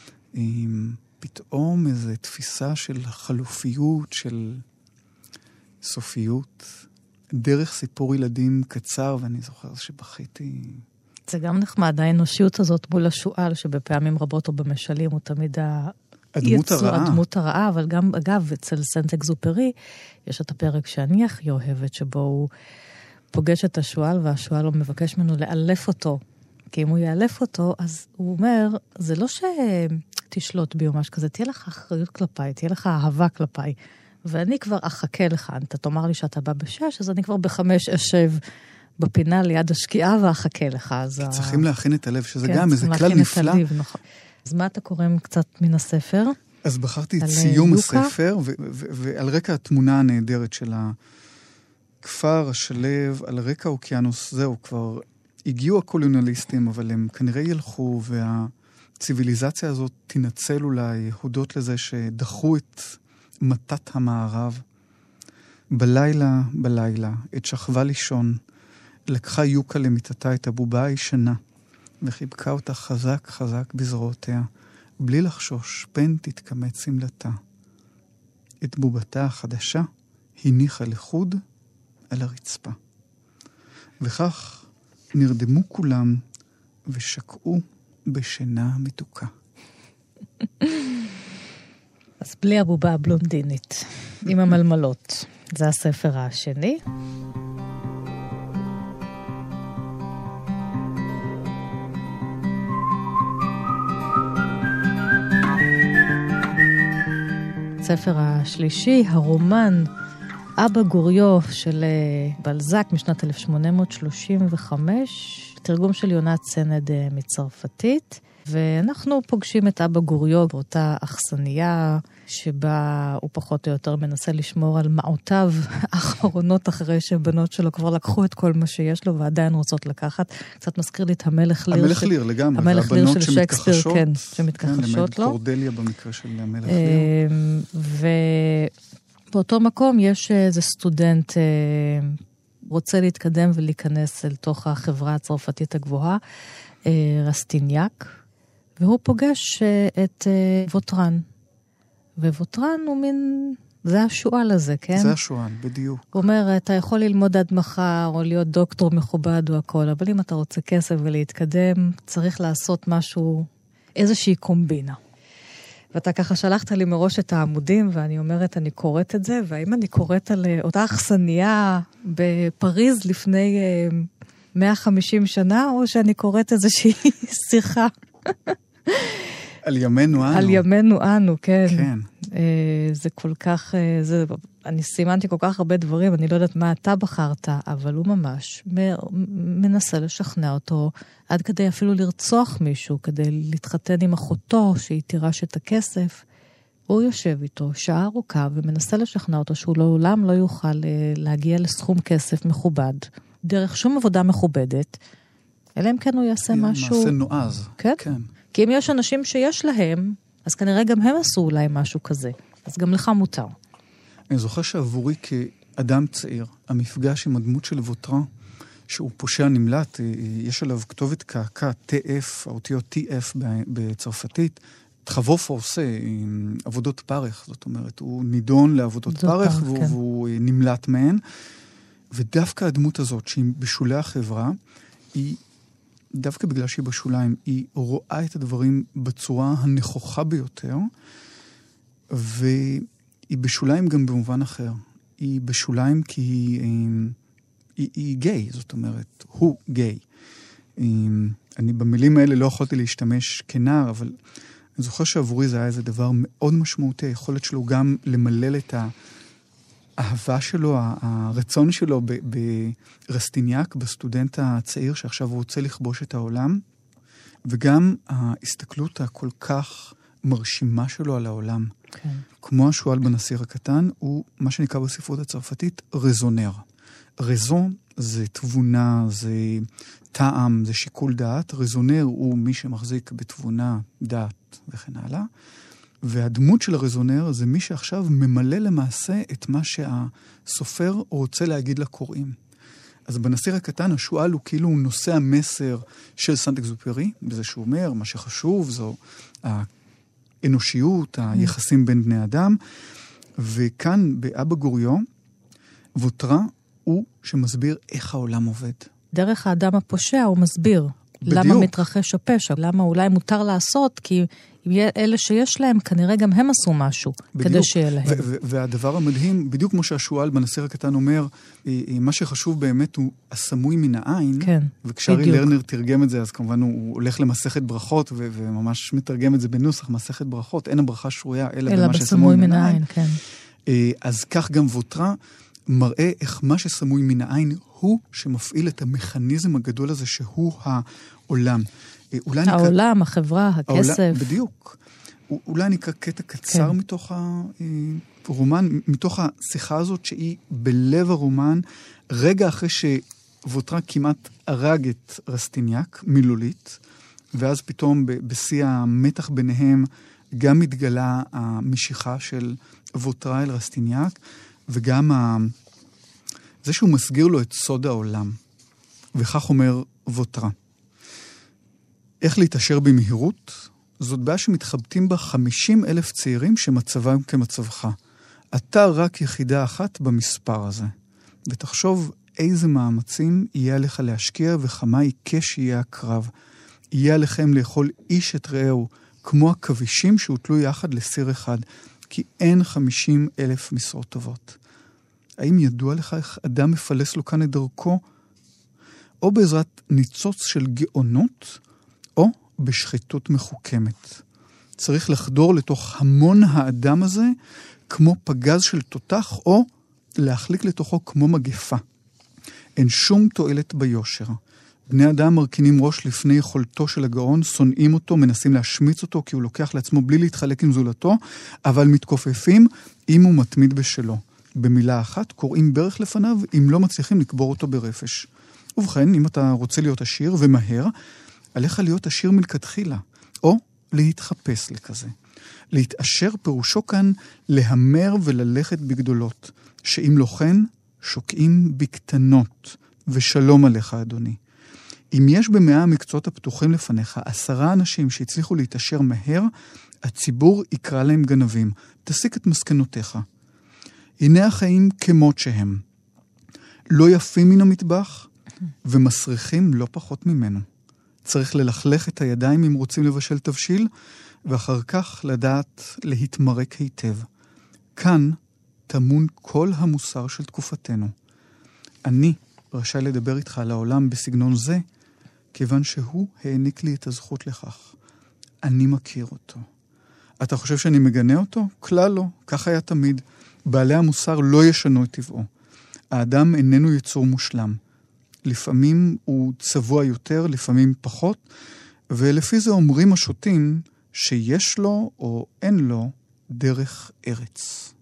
פתאום איזו תפיסה של חלופיות, של סופיות, דרך סיפור ילדים קצר, ואני זוכר שבכיתי. זה גם נחמד, האנושיות הזאת מול השואל, שבפעמים רבות או במשלים, הוא תמיד הדמות הרעה, אבל גם, אגב, אצל סנט-אקזופרי, יש את הפרק שאני הכי אוהבת, שבו הוא פוגש את השואל, והשואל הוא מבקש ממנו לאלף אותו, כי אם הוא יאלף אותו, אז הוא אומר, זה לא שתשלוט בי או משהו כזה, תהיה לך אחריות כלפיי, תהיה לך אהבה כלפיי, ואני כבר אחכה לך, אתה תאמר לי שאתה בא ב6, אז אני כבר ב5 אשב בפינה ליד השקיעה ואחכה לך. צריכים להכין את הלב, שזה גם איזה כלל נפלא. אז מה אתה קורא קצת מן הספר? אז בחרתי את סיום הספר, ועל רקע התמונה הנהדרת של הכפר, השלב, על רקע האוקיינוס, זהו, כבר הגיעו הקולוניאליסטים, אבל הם כנראה ילכו, והציביליזציה הזאת תנצל אולי הודות לזה שדחו את מתת המערב. בלילה, את שכבה לישון, לקחה יוקה למיטתה את הבובה הישנה, וחיבקה אותה חזק בזרועותיה, בלי לחשוש, פן תתקמץ סמלתה. את בובתה החדשה הניחה לחוד על הרצפה. וכך נרדמו כולם ושקעו בשינה מתוקה. אז בלי הבובה הבלונדינית, עם המלמלות. זה הספר השני. הספר השלישי, הרומן אבא גוריו של בלזק משנת 1835, תרגום של יונת סנד מצרפתית, ואנחנו פוגשים את אבא גוריו באותה אכסניה שבה הוא פחות או יותר מנסה לשמור על מעותיו האחרונות אחרי שבנות שלו כבר לקחו את כל מה שיש לו ועדיין רוצות לקחת. קצת מזכיר לי את המלך ליר. המלך ליר לגמרי. המלך ליר של שייקספיר, כן, שמתכחשות לו. קורדליה במקרה של המלך ליר. ובאותו מקום יש איזה סטודנט רוצה להתקדם ולהיכנס אל תוך החברה הצרפתית הגבוהה, רסטיניאק, והוא פוגש את ווטרן. וווטרן הוא מין, זה השואל הזה, כן? זה השואל, בדיוק. הוא אומר, אתה יכול ללמוד עד מחר, או להיות דוקטור מכובד או הכל, אבל אם אתה רוצה כסף ולהתקדם, צריך לעשות משהו, איזושהי קומבינה. ואתה ככה שלחת לי מראש את העמודים, ואני אומרת, אני קוראת את זה, והאם אני קוראת על אותה אכסניה בפריז לפני 150 שנה, או שאני קוראת איזושהי שיחה? על ימינו אנו. על ימינו אנו, כן. כן. זה כל כך, אני סימנתי כל כך הרבה דברים, אני לא יודעת מה אתה בחרת, אבל הוא ממש מנסה לשכנע אותו, עד כדי אפילו לרצוח מישהו, כדי להתחתן עם אחותו, שהיא תירש את הכסף. הוא יושב איתו שעה ארוכה, ומנסה לשכנע אותו שהוא לעולם לא יוכל להגיע לסכום כסף מכובד, דרך שום עבודה מכובדת, אלא אם כן הוא יעשה משהו... מעשה נועז. כן? כן. כי אם יש אנשים שיש להם, אז כנראה גם הם עשו אולי משהו כזה. אז גם לך מותר. אני זוכר שעבורי כאדם צעיר, המפגש עם הדמות של ווטרה, שהוא פושע נמלט, יש עליו כתובת קעקע, TF, האותיות TF בצרפתית, תחבו פורסה, עבודות פרך, זאת אומרת, הוא נידון לעבודות פרך, והוא נמלט מהן, ודווקא הדמות הזאת, שהיא בשולי החברה, היא דווקא בגלל שהיא בשוליים, היא רואה את הדברים בצורה הנכוחה ביותר, והיא בשוליים גם במובן אחר. היא בשוליים כי היא גיי, זאת אומרת, הוא גיי. אני במילים האלה לא יכולתי להשתמש כנער, אבל אני זוכר שעבורי זה היה איזה דבר מאוד משמעותי, היכולת שלו גם למלל את האהבה שלו, הרצון שלו ברסטיניאק, בסטודנט הצעיר שעכשיו הוא רוצה לכבוש את העולם, וגם ההסתכלות הכל כך מרשימה שלו על העולם. כן. כמו השועל בנשיר הקטן, הוא מה שנקרא בספרות הצרפתית רזונר. רזון זה תבונה, זה טעם, זה שיקול דעת. רזונר הוא מי שמחזיק בתבונה, דעת וכן הלאה. והדמות של הרזונר זה מי שעכשיו ממלא למעשה את מה שהסופר רוצה להגיד לקוראים. אז בנשיר הקטן השועל הוא כאילו נושא המסר של סנט-אקזופרי, בזה שהוא אומר, מה שחשוב זו האנושיות, היחסים בין בני אדם, וכאן באבא גוריו, ווטרה הוא שמסביר איך העולם עובד. דרך האדם הפושע הוא מסביר. בדיוק. למה מתרחש הפשע, למה אולי מותר לעשות, כי אלה שיש להם, כנראה גם הם עשו משהו, בדיוק. כדי שיהיה להם. והדבר המדהים, בדיוק כמו שהשועל בנשיר הקטן אומר, מה שחשוב באמת הוא הסמוי מן העין, כן, וכשארי לרנר תרגם את זה, אז כמובן הוא הולך למסכת ברכות, וממש מתרגם את זה בנוסח, מסכת ברכות, אין הברכה שרויה, אלא במה שסמוי מן העין. כן. אז כך גם ווטרה מראה איך מה שסמוי מן העין הוא שמפעיל את המכניזם הגדול הזה שהוא העולם. העולם, החברה, הכסף. בדיוק. אולי נקרא קטע קצר מתוך הרומן, מתוך השיחה הזאת שהיא בלב הרומן, רגע אחרי שוטרה כמעט הרג את רסטיניאק מילולית, ואז פתאום בשיא המתח ביניהם גם מתגלה המשיכה של ווטרה אל רסטיניאק, וגם זה שהוא מסגיר לו את סוד העולם. וכך אומר ווטרה. איך להתאשר במהירות? זאת בעיה שמתחבטים בה 50,000 צעירים שמצבם כמצבך. אתה רק יחידה אחת במספר הזה. ותחשוב איזה מאמצים יהיה עליך להשקיע וכמה עיקש יהיה הקרב. יהיה עליכם לאכול איש את רעהו, כמו הכבישים שהוטלו יחד לסיר אחד, כי אין 50,000 משרות טובות. האם ידוע לך איך אדם מפלס לו כאן את דרכו? או בעזרת ניצוץ של גאונות, או בשחיתות מחוכמת. צריך לחדור לתוך המון האדם הזה, כמו פגז של תותח, או להחליק לתוכו כמו מגפה. אין שום תועלת ביושר. בני אדם מרכינים ראש לפני יכולתו של הגאון, שונאים אותו, מנסים להשמיץ אותו, כי הוא לוקח לעצמו בלי להתחלק עם זולתו, אבל מתכופפים אם הוא מתמיד בשלו. במילה אחת, קוראים ברך לפניו, אם לא מצליחים לקבור אותו ברפש. ובכן, אם אתה רוצה להיות עשיר ומהר, עליך להיות עשיר מלכתחילה, או להתחפש לכזה. להתעשר פירושו כאן להמר וללכת בגדולות, שאם לא כן, שוקעים בקטנות, ושלום עליך, אדוני. אם יש ב100 המקצועות הפתוחים לפניך 10 אנשים שהצליחו להתעשר מהר, הציבור יקרא להם גנבים. תסיק את מסקנותיך. הנה החיים כמות שהם. לא יפים מן המטבח, ומסריחים לא פחות ממנו. צריך ללכלך את הידיים אם רוצים לבשל תבשיל, ואחר כך לדעת להתמרק היטב. כאן טמון כל המוסר של תקופתנו. אני רשאי לדבר איתך על העולם בסגנון זה, כיוון שהוא העניק לי את הזכות לכך. אני מכיר אותו. אתה חושב שאני מגנה אותו? כלל לא, כך היה תמיד. בעלי המוסר לא ישנו את טבעו. האדם איננו יצור מושלם. לפעמים הוא צבוע יותר, לפעמים פחות, ולפי זה אומרים השוטים שיש לו או אין לו דרך ארץ.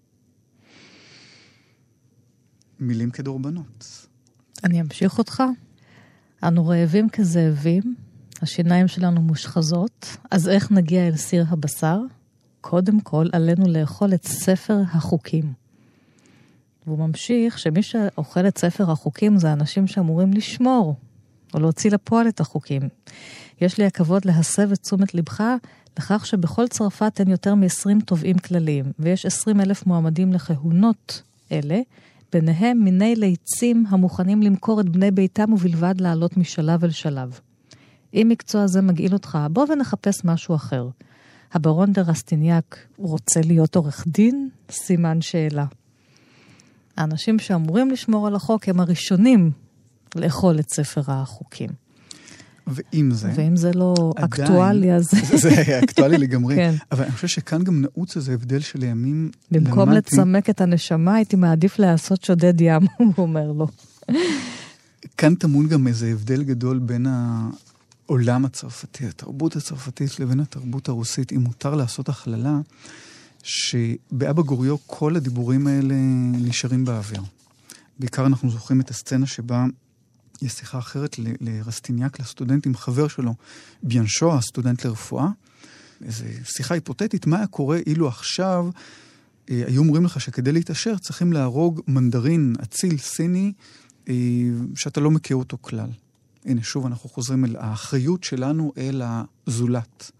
מילים כדורבנות. אני אמשיך אותך. אנו רעבים כזאבים, השיניים שלנו מושחזות, אז איך נגיע אל סיר הבשר? קודם כל עלינו לאכול את ספר החוקים. והוא ממשיך שמי שאוכל את ספר החוקים זה אנשים שאמורים לשמור, או להוציא לפועל את החוקים. יש לי הכבוד להסב את תשומת לבך לכך שבכל צרפת אין יותר מ-20 תובעים כלליים, ויש 20,000 מועמדים לכהונות אלה, ביניהם מיני ליצים המוכנים למכור את בני ביתם ובלבד לעלות משלב אל שלב. אם מקצוע זה מגעיל אותך, בוא ונחפש משהו אחר. הברון דה רסטיניאק רוצה להיות עורך דין? סימן שאלה. האנשים שאמורים לשמור על החוק הם הראשונים לאכול את ספר החוקים. ואם זה לא אקטואלי, אז... זה אקטואלי לגמרי. כן. אבל אני חושב שכאן גם נעוץ איזה הבדל של ימים. במקום לצמק את הנשמה, הייתי מעדיף לעשות שודד ים, הוא אומר לו. כאן טמון גם איזה הבדל גדול בין העולם הצרפתי, התרבות הצרפתית, לבין התרבות הרוסית. אם מותר לעשות הכללה, שבאבא גוריו כל הדיבורים האלה נשארים באוויר. בעיקר אנחנו זוכרים את הסצנה שבה יש שיחה אחרת לרסטיניאק, לסטודנט עם חבר שלו, ביאנשו, הסטודנט לרפואה. איזו שיחה היפותטית, מה היה קורה אילו עכשיו היו אומרים לך שכדי להתאשר צריכים להרוג מנדרין, אציל, סיני, שאתה לא מכיר אותו כלל. הנה, שוב אנחנו חוזרים אל האחריות שלנו אל הזולת.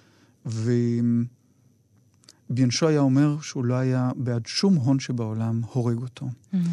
וביאנשו היה אומר שהוא לא היה בעד שום הון שבעולם הורג אותו.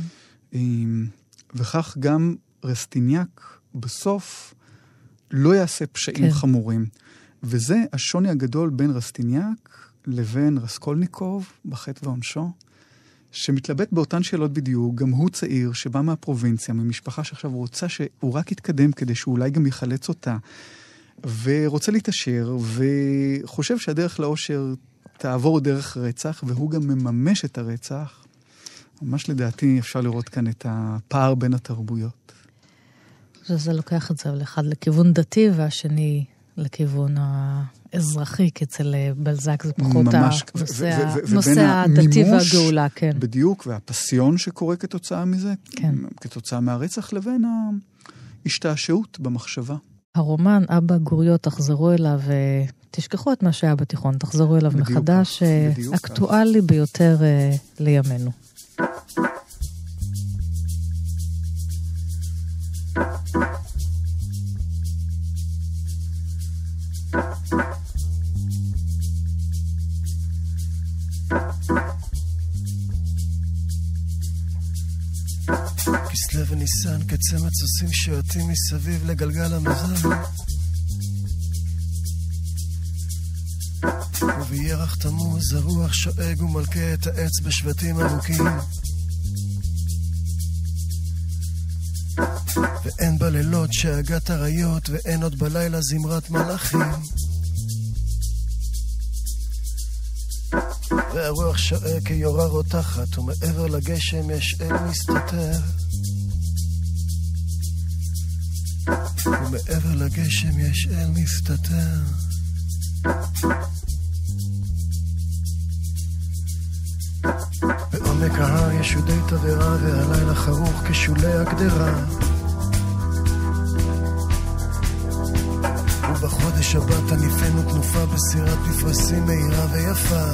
וכך גם רסטיניאק בסוף לא יעשה פשעים חמורים. וזה השוני הגדול בין רסטיניאק לבין רסקולניקוב בחטא ועונשו, שמתלבט באותן שאלות בדיוק. גם הוא צעיר שבא מהפרובינציה, ממשפחה שעכשיו רוצה שהוא רק יתקדם כדי שאולי גם יחלץ אותה, ורוצה להתאשר, וחושב שהדרך לאושר תעבור דרך רצח, והוא גם מממש את הרצח. ממש לדעתי אפשר לראות כאן את הפער בין התרבויות. זה לוקח את זה לאחד לכיוון דתי, והשני לכיוון האזרחי, כי אצל בלזק זה פחות הנושא הדתי והגאולה, כן. בדיוק, והפסיון שקורה כתוצאה מזה, כתוצאה מהרצח, לבין ההשתעשעות במחשבה. הרומן אבא גוריו, תחזרו אליו, תשכחו את מה שהיה בתיכון, תחזרו אליו מחדש, אקטואלי ביותר לימינו. כסלו וניסן כצמץ עושים שעותים מסביב לגלגל המזל, ובירח תמוז הרוח שואג ומלכה את העץ בשבטים ארוכים, ואין בלילות שאגת הריות, ואין עוד בלילה זמרת מלאכים, והרוח שואג כיורה רותחת, ומעבר לגשם יש אל מסתתר, ומעבר לגשם יש אל מסתתר. בעומק ההר יש שודי תברה, והלילה חרוך כשולי הגדרה, ובחודש הבא תניפנו תנופה בסירת מפרסים מהירה ויפה,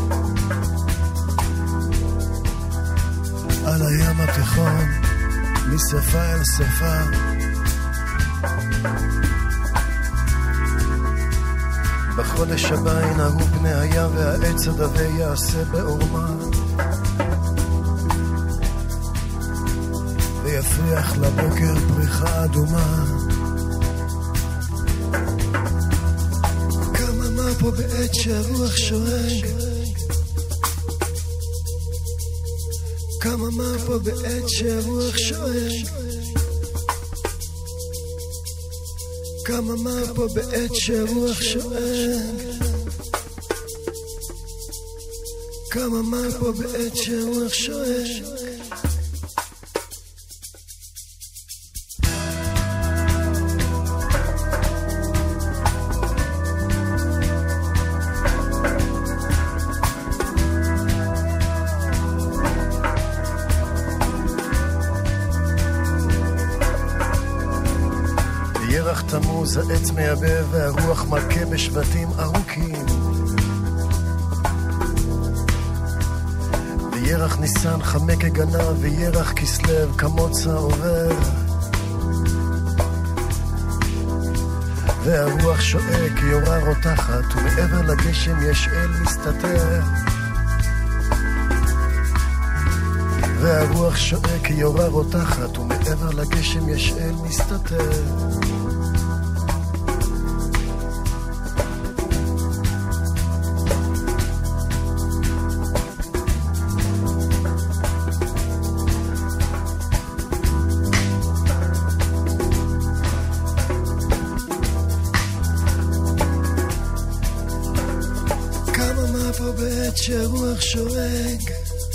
על הים התיכון משפה אל שפה, בחודש הבא ינהרו בני הים, והעץ הדווה יעשה בעורמה, ויפריח לבוקר פריחה אדומה. כמה פה בעת שהרוח שואג? כמה מה פה בעת שהרוח שואג? כמה מה פה בעת שהרוח שואג? כמה מה פה בעת שהרוח שואג? ירח תמוז העץ מייבב והרוח מכה בשבטים ארוכים, וירח ניסן חמק כגנב וירח כסלב כמוצא עובר, והרוח שואג כיורה רותחת ומעבר לגשם יש אל מסתתר, והרוח שואג כיורה רותחת ומעבר לגשם יש אל מסתתר. שרוח שואג.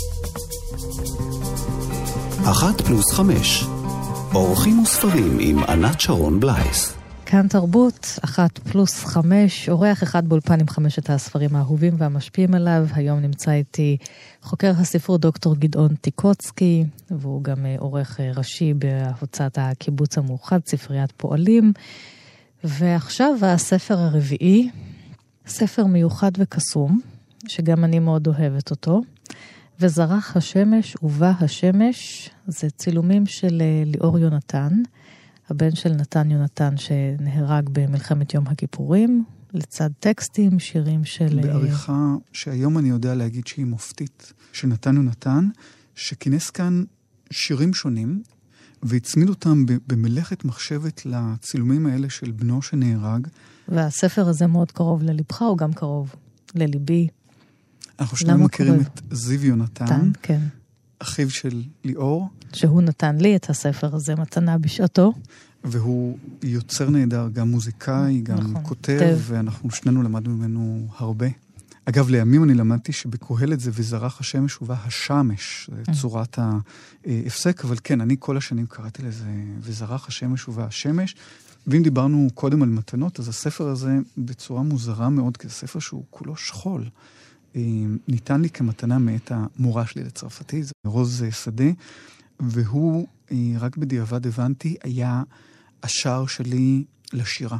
1+5 אורחים וספרים עם ענת שרון בלייס. כאן תרבות 1+5, אורח אחד באולפן עם 5 הספרים האהובים והמשפיעים עליו. היום נמצא איתי חוקר הספרות דוקטור גדעון טיקוצקי, והוא גם עורך ראשי בהוצאת הקיבוץ המאוחד, ספריית פועלים. ועכשיו הספר הרביעי, ספר מיוחד וקסום, שגם אני מאוד אוהבת אותו, וזרח השמש ובא השמש, זה צילומים של ליאור יונתן, הבן של נתן יונתן שנהרג במלחמת יום הכיפורים, לצד טקסטים, שירים של... בעריכה שהיום אני יודע להגיד שהיא מופתית, של נתן יונתן, שכינס כאן שירים שונים, והצמיד אותם במלאכת מחשבת לצילומים האלה של בנו שנהרג. והספר הזה מאוד קרוב ללבך, הוא גם קרוב לליבי. אנחנו שנינו מכירים את זיו יונתן, כן. אחיו של ליאור. שהוא נתן לי את הספר הזה, מתנה בשעתו. והוא יוצר נהדר, גם מוזיקאי, גם נכון, כותב, ואנחנו שנינו למדנו ממנו הרבה. אגב, לימים אני למדתי שבקהלת זה וזרח השמש ובא השמש, זה צורת ההפסק, אבל כן, אני כל השנים קראתי לזה וזרח השמש ובא השמש, ואם דיברנו קודם על מתנות, אז הספר הזה בצורה מוזרה מאוד, כי זה ספר שהוא כולו שכול. ניתן לי כמתנה מאת המורה שלי לצרפתי, זה רוז שדה, והוא, רק בדיעבד הבנתי, היה השער שלי לשירה.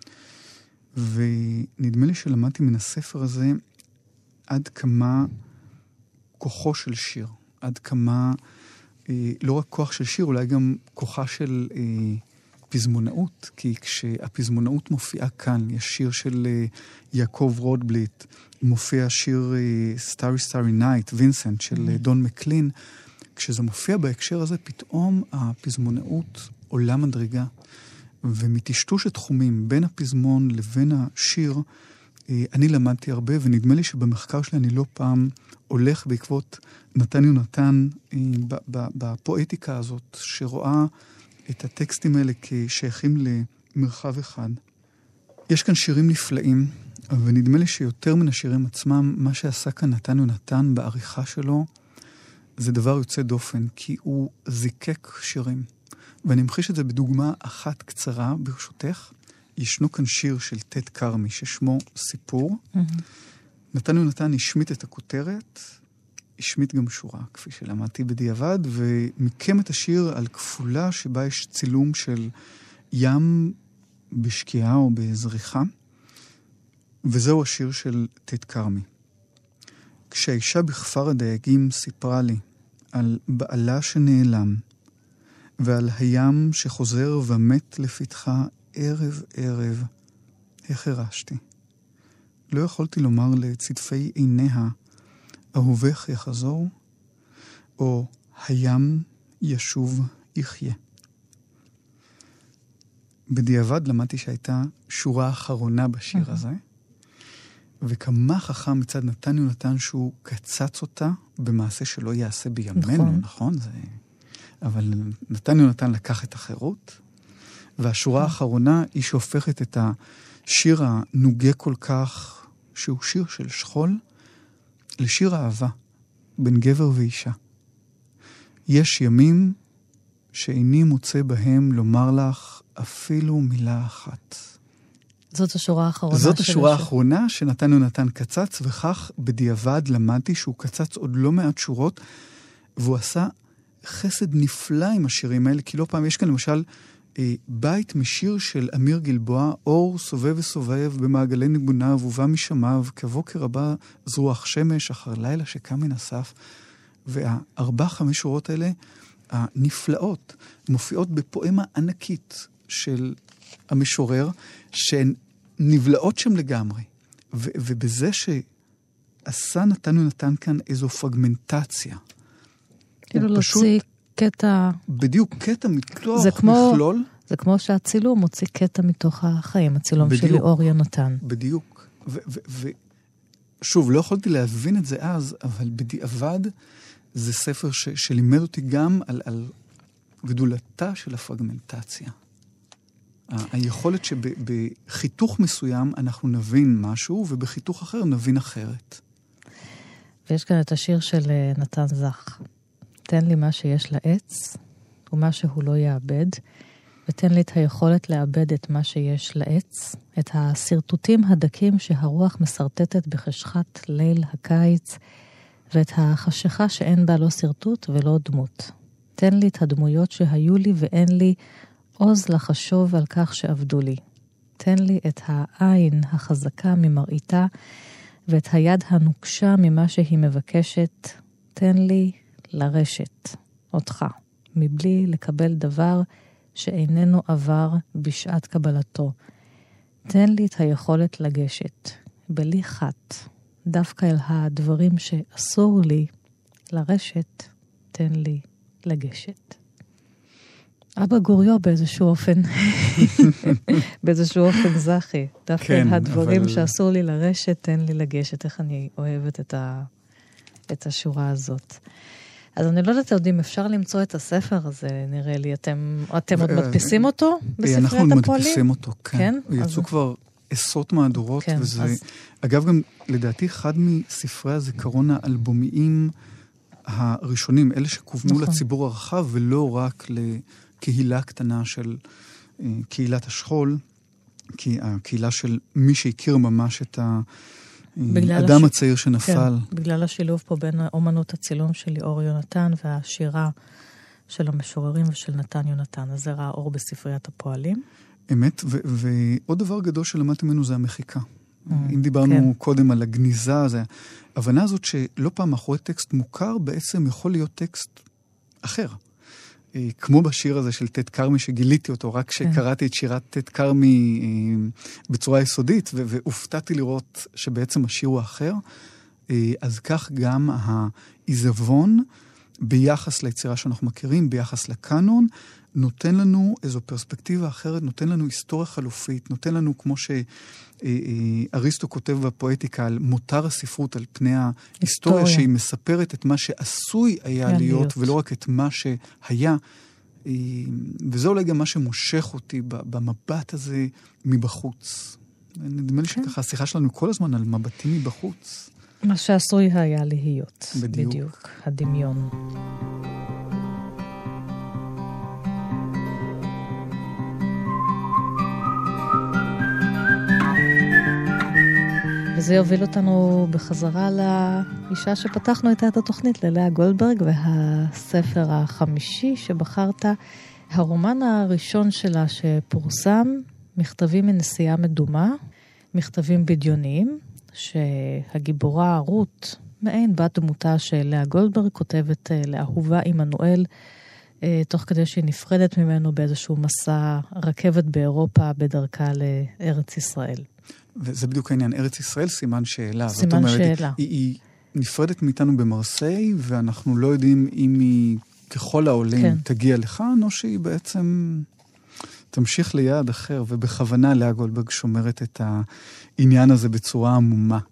ונדמה לי שלמדתי מן הספר הזה עד כמה כוחו של שיר, עד כמה, לא רק כוח של שיר, אולי גם כוחה של פזמונאות, כי כשהפזמונאות מופיעה כאן, יש שיר של יעקב רודבליט, מופיע שיר Starry Starry Night, וינסנט, של דון מקלין, כשזה מופיע בהקשר הזה, פתאום הפזמונאות עולה מדרגה, ומטשטוש התחומים בין הפזמון לבין השיר, אני למדתי הרבה, ונדמה לי שבמחקר שלי אני לא פעם הולך בעקבות נתן יונתן בפואטיקה הזאת, שרואה את הטקסטים האלה כשייכים למרחב אחד. יש כאן שירים נפלאים, ונדמה לי שיותר מן השירים עצמם, מה שעשה כאן נתן יונתן בעריכה שלו, זה דבר יוצא דופן, כי הוא זיקק שירים. ואני אמחיש את זה בדוגמה אחת קצרה, ברשותך. ישנו כאן שיר של תת קרמי, ששמו סיפור. נתן יונתן השמיט את הכותרת, השמיט גם שורה, כפי שלמדתי בדיעבד, ומקם את השיר על כפולה שבה יש צילום של ים בשקיעה או בזריחה, וזהו השיר של תת קרמי. כשהאישה בכפר הדייגים סיפרה לי על בעלה שנעלם, ועל הים שחוזר ומת לפתחה ערב ערב, החרשתי. לא יכולתי לומר לצדפי עיניה, אהובך יחזור, או הים ישוב יחיה. בדיעבד למדתי שהייתה שורה אחרונה בשיר הזה, וכמה חכם מצד נתן יונתן שהוא קצץ אותה במעשה שלא יעשה בימינו, נכון? אבל נתן יונתן לקח את החירות, והשורה האחרונה היא שהופכת את השיר הנוגה כל כך, שהוא שיר של שכול, לשיר אהבה, בין גבר ואישה. יש ימים שאיני מוצא בהם לומר לך אפילו מילה אחת. זאת השורה האחרונה. זאת השורה האחרונה שנתן יונתן קצץ, וכך בדיעבד למדתי שהוא קצץ עוד לא מעט שורות, והוא עשה חסד נפלא עם השירים האלה, כי לא פעם יש כאן למשל בית משיר של אמיר גלבוע, אור סובב וסובב במעגלי ניגוניו ובא משמיו, כבוקר הבא זרוח שמש אחר לילה שקם מן הסף, 4-5 שורות האלה הנפלאות מופיעות בפואמה ענקית של המשורר, שהן נבלעות שם לגמרי. ובזה שעשה נתן יונתן כאן איזו פרגמנטציה. כאילו להוציא קטע... בדיוק, קטע מתוך מכלול. זה כמו שהצילום מוציא קטע מתוך החיים, הצילום של ליאור יונתן. בדיוק. ושוב, לא יכולתי להבין את זה אז, אבל בדיעבד זה ספר שלימד אותי גם על גדולתה של הפרגמנטציה. היכולת שבחיתוך מסוים אנחנו נבין משהו, ובחיתוך אחר נבין אחרת. ויש כאן את השיר של נתן זך. תן לי מה שיש לעץ, ומה שהוא לא יאבד, ותן לי את היכולת לאבד את מה שיש לעץ, את הסרטוטים הדקים שהרוח מסרטטת בחשכת ליל הקיץ, ואת החשיכה שאין בה לא סרטוט ולא דמות. תן לי את הדמויות שהיו לי ואין לי עוז לחשוב על כך שעבדו לי. תן לי את העין החזקה ממראיתה, ואת היד הנוקשה ממה שהיא מבקשת. תן לי לרשת אותך, מבלי לקבל דבר שאיננו עבר בשעת קבלתו. תן לי את היכולת לגשת, בלי חת, דווקא אל הדברים שאסור לי לרשת, תן לי לגשת. אבא גוריו באיזשהו אופן, באיזשהו אופן זכי, דווקא אל הדברים שאסור לי לרשת, תן לי לגשת. איך אני אוהבת את השורה הזאת. אז אני לא יודעת אם אפשר למצוא את הספר הזה, נראה לי. אתם עוד מדפיסים אותו בספריית הפועלים? אנחנו מדפיסים אותו, כן. יצאו כבר עשרות מהדורות, וזה, אגב, גם לדעתי אחד מספרי הזיכרון האלבומיים הראשונים, אלה שכוונו לציבור הרחב, ולא רק לקהילה קטנה של קהילת השכול, כי הקהילה של מי שהכיר ממש את האדם הצעיר שנפל. כן, בגלל השילוב פה בין אומנות הצילום של ליאור יונתן והשירה של המשוררים ושל נתן יונתן. אז זה ראה אור בספריית הפועלים. אמת, ועוד דבר גדול שלמדתי ממנו זה המחיקה. אם דיברנו קודם על הגניזה, זה ההבנה הזאת שלא פעם מאחורי טקסט מוכר בעצם יכול להיות טקסט אחר. כמו בשיר הזה של תת קרמי שגיליתי אותו, רק שקראתי את שירת תת קרמי בצורה יסודית, והופתעתי לראות שבעצם השיר הוא אחר. אז כך גם העיזבון ביחס ליצירה שאנחנו מכירים, ביחס לקאנון, נותן לנו איזו פרספקטיבה אחרת, נותן לנו היסטוריה חלופית, נותן לנו, כמו שאריסטו כותב בפואטיקה, על מותר הספרות על פני ההיסטוריה, שהיא מספרת את מה שעשוי היה להיות, ולא רק את מה שהיה. וזה אולי גם מה שמושך אותי במבט הזה מבחוץ. נדמה לי שככה, השיחה שלנו כל הזמן על מבטים מבחוץ. מה שעשוי היה להיות. בדיוק. הדמיון. וזה יוביל אותנו בחזרה לאישה שפתחנו איתה את התוכנית, ללאה גולדברג, והספר החמישי שבחרת, הרומן הראשון שלה שפורסם, מכתבים מנסיעה מדומה, מכתבים בדיוניים, שהגיבורה רות, מעין בת דמותה של לאה גולדברג, כותבת לאהובה עמנואל, תוך כדי שהיא נפרדת ממנו באיזשהו מסע רכבת באירופה בדרכה לארץ ישראל. וזה בדיוק העניין, ארץ ישראל סימן שאלה. סימן שאלה. היא נפרדת מאיתנו במרסיי, ואנחנו לא יודעים אם היא ככל העולים תגיע לכאן, או שהיא בעצם תמשיך ליעד אחר, ובכוונה לאה גולדברג שומרת את העניין הזה בצורה עמומה.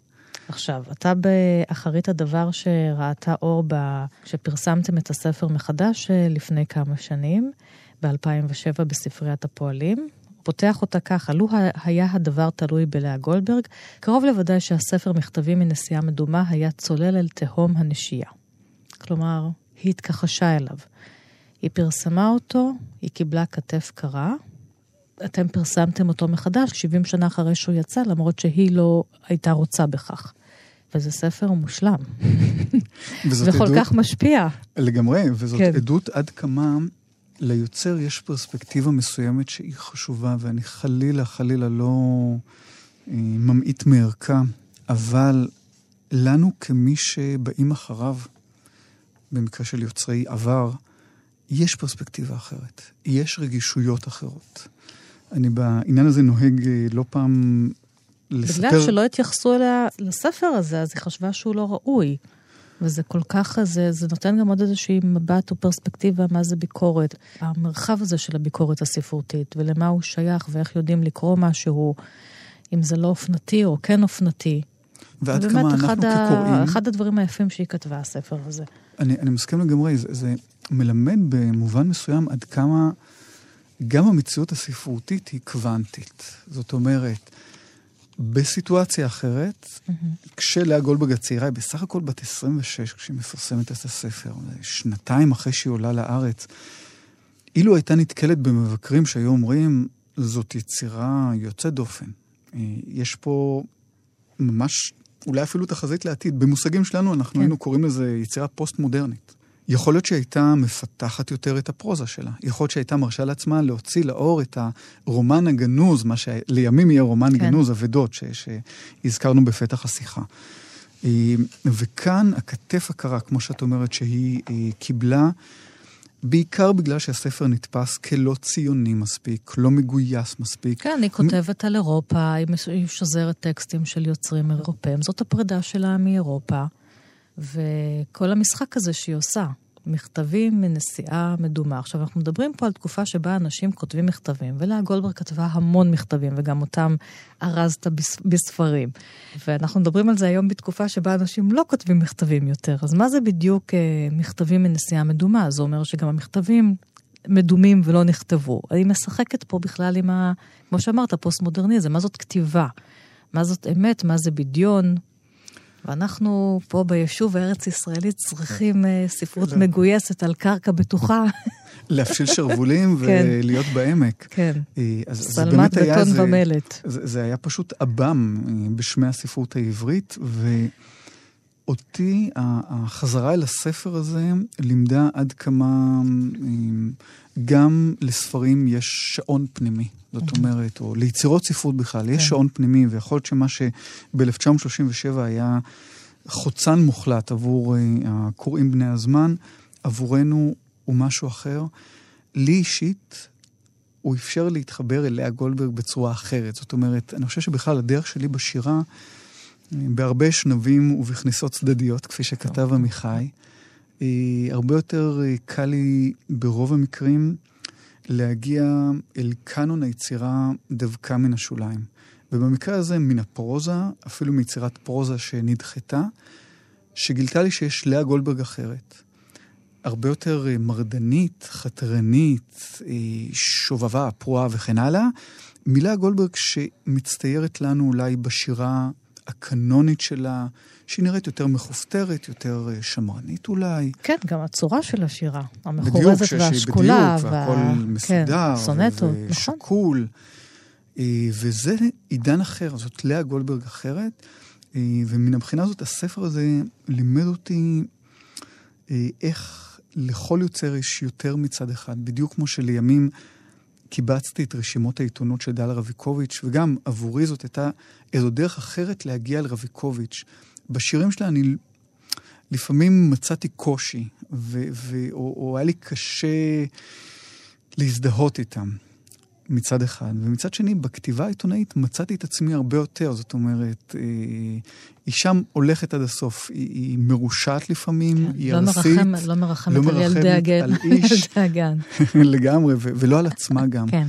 עכשיו, אתה באחרית הדבר שראתה אור שפרסמתם את הספר מחדש לפני כמה שנים, ב-2007 בספריית הפועלים. פותח אותה ככה, לו היה הדבר תלוי בלאה גולדברג, קרוב לוודאי שהספר מכתבים מנסיעה מדומה היה צולל אל תהום הנשייה. כלומר, היא התכחשה אליו. היא פרסמה אותו, היא קיבלה כתף קרה, אתם פרסמתם אותו מחדש, 70 שנה אחרי שהוא יצא, למרות שהיא לא הייתה רוצה בכך. וזה ספר מושלם. וכל כך משפיע. לגמרי, וזאת עדות עד כמה ליוצר יש פרספקטיבה מסוימת שהיא חשובה, ואני חלילה לא ממעיט מערכה, אבל לנו כמי שבאים אחריו, במקרה של יוצרי עבר, יש פרספקטיבה אחרת, יש רגישויות אחרות. אני בעניין הזה נוהג לא פעם לספר... בגלל שלא התייחסו אליה לספר הזה, אז היא חשבה שהוא לא ראוי. וזה כל כך, זה נותן גם עוד איזושהי מבט או פרספקטיבה, מה זה ביקורת. המרחב הזה של הביקורת הספרותית, ולמה הוא שייך, ואיך יודעים לקרוא משהו, אם זה לא אופנתי או כן אופנתי. ועד כמה אנחנו כקוראים... אחד הדברים היפים שהיא כתבה, הספר הזה. אני מסכים לגמרי, זה מלמד במובן מסוים עד כמה גם המציאות הספרותית היא קוונטית. זאת אומרת, בסיטואציה אחרת, כשלאה גולדברג הצעירה, היא בסך הכל בת 26, כשהיא מפרסמת את הספר, שנתיים אחרי שהיא עולה לארץ, אילו הייתה נתקלת במבקרים שהיו אומרים, זאת יצירה יוצאת דופן. יש פה ממש, אולי אפילו תחזית לעתיד. במושגים שלנו אנחנו היינו קוראים לזה יצירה פוסט-מודרנית. יכול להיות שהייתה מפתחת יותר את הפרוזה שלה. יכול להיות שהייתה מרשה לעצמה להוציא לאור את הרומן הגנוז, מה שלימים יהיה רומן גנוז, אבדות, שהזכרנו בפתח השיחה. וכאן הכתף הקרה, כמו שאת אומרת, שהיא קיבלה, בעיקר בגלל שהספר נתפס כלא ציוני מספיק, לא מגויס מספיק. כן, היא כותבת על אירופה, היא שוזרת טקסטים של יוצרים אירופאים, זאת הפרידה שלה מאירופה. וכל המשחק הזה שהיא עושה, מכתבים מנסיעה מדומה. עכשיו, אנחנו מדברים פה על תקופה שבה אנשים כותבים מכתבים, ולאה גולדברג כתבה המון מכתבים, וגם אותם ארזת בספרים. ואנחנו מדברים על זה היום בתקופה שבה אנשים לא כותבים מכתבים יותר. אז מה זה בדיוק מכתבים מנסיעה מדומה? זה אומר שגם המכתבים מדומים ולא נכתבו. אני משחקת פה בכלל עם כמו שאמרת, פוסט-מודרניזם. מה זאת כתיבה? מה זאת אמת? מה זה בדיון? ואנחנו פה ביישוב הארץ ישראלית צריכים ספרות מגויסת על קרקע בטוחה. להפשיל שרבולים ולהיות בעמק. כן, סלמת בטון ומלט. זה היה פשוט אב"ם בשמי הספרות העברית, ואותי החזרה אל הספר הזה לימדה עד כמה גם לספרים יש שעון פנימי. זאת אומרת, או ליצירות ספרות בכלל, יש שעון פנימי, ויכול להיות שמה שב-1937 היה חוצן מוחלט עבור הקוראים בני הזמן, עבורנו הוא משהו אחר. לי אישית, הוא אפשר להתחבר אליה גולדברג בצורה אחרת. זאת אומרת, אני חושב שבכלל הדרך שלי בשירה, בהרבה שנבים ובכניסות צדדיות, כפי שכתב עמיחי, הרבה יותר קל לי ברוב המקרים, להגיע אל קאנון היצירה דווקא מן השוליים. ובמקרה הזה, מן הפרוזה, אפילו מיצירת פרוזה שנדחתה, שגילתה לי שיש לאה גולדברג אחרת. הרבה יותר מרדנית, חתרנית, שובבה, פרועה וכן הלאה. מלאה גולדברג שמצטיירת לנו אולי בשירה הקנונית שלה, שהיא נראית יותר מחופתרת, יותר שמרנית אולי. כן, גם הצורה של השירה, המחורזת והשקולה. בדיוק, והכל מסודר, סונטות, ושקול. וזה עידן אחר, זאת לאה גולדברג אחרת, ומן הבחינה הזאת הספר הזה לימד אותי איך לכל יוצר יש יותר מצד אחד, בדיוק כמו שלימים קיבצתי את רשימות העיתונות של דלה רביקוביץ', וגם עבורי זאת הייתה איזו דרך אחרת להגיע לרביקוביץ'. בשירים שלה אני לפעמים מצאתי קושי, או היה לי קשה להזדהות איתם מצד אחד. ומצד שני, בכתיבה העיתונאית מצאתי את עצמי הרבה יותר. זאת אומרת, היא שם הולכת עד הסוף. היא מרושעת לפעמים, כן, היא ארסית. לא מרחמת על ילדי הגן. לגמרי, ולא על עצמה גם. כן.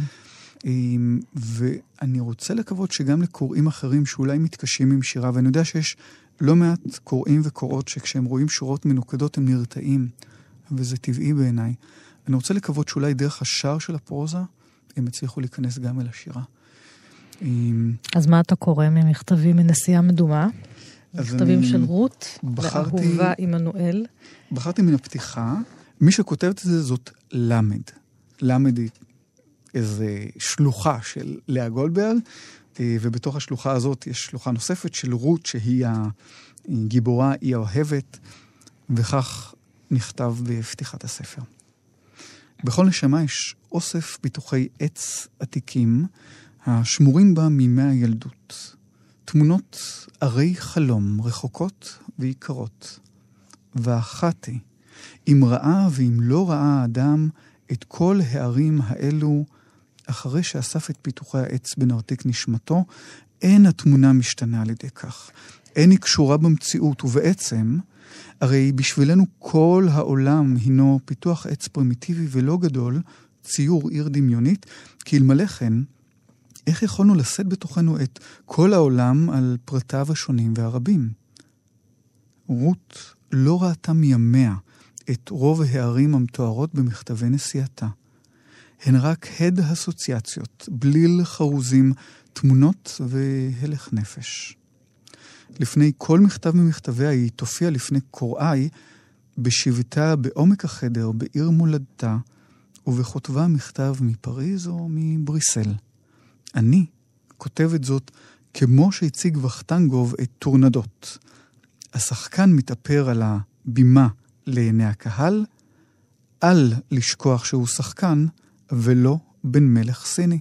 ואני רוצה לקוות שגם לקוראים אחרים שאולי מתקשים עם שירה, ואני יודע שיש לא מעט קוראים וקוראות שכשהם רואים שורות מנוקדות הם נרתעים, וזה טבעי בעיניי. אני רוצה לקוות שאולי דרך השער של הפרוזה הם הצליחו להיכנס גם אל השירה. אז מה אתה קורא ממכתבים מנסיעה מדומה? מכתבים של רות, לאהובה עמנואל. בחרתי מן הפתיחה. מי שכותבת את זה זאת למד. למד היא איזו שלוחה של לאה גולדברג, ובתוך השלוחה הזאת יש שלוחה נוספת של רות, שהיא הגיבורה, היא האוהבת, וכך נכתב בפתיחת הספר. בכל נשמה יש אוסף פיתוחי עץ עתיקים, השמורים בה מימי הילדות. תמונות ערי חלום, רחוקות ויקרות. ואחת היא, אם ראה ואם לא ראה האדם את כל הערים האלו, אחרי שאסף את פיתוחי העץ בנרתיק נשמתו, אין התמונה משתנה על ידי כך. אין היא קשורה במציאות, ובעצם, הרי בשבילנו כל העולם הינו פיתוח עץ פרימיטיבי ולא גדול, ציור עיר דמיונית, כי אלמלא כן, איך יכולנו לשאת בתוכנו את כל העולם על פרטיו השונים והרבים? רות לא ראתה מימיה את רוב הערים המתוארות במכתבי נסיעתה. הן רק הד אסוציאציות, בליל חרוזים, תמונות והלך נפש. לפני כל מכתב ממכתביה היא תופיע לפני קוראי, בשבתה בעומק החדר, בעיר מולדתה, ובכותבה מכתב מפריז או מבריסל. אני כותבת זאת כמו שהציג וחטנגוב את טורנדות. השחקן מתאפר על הבימה לעיני הקהל, אל לשכוח שהוא שחקן ולא בן מלך סיני.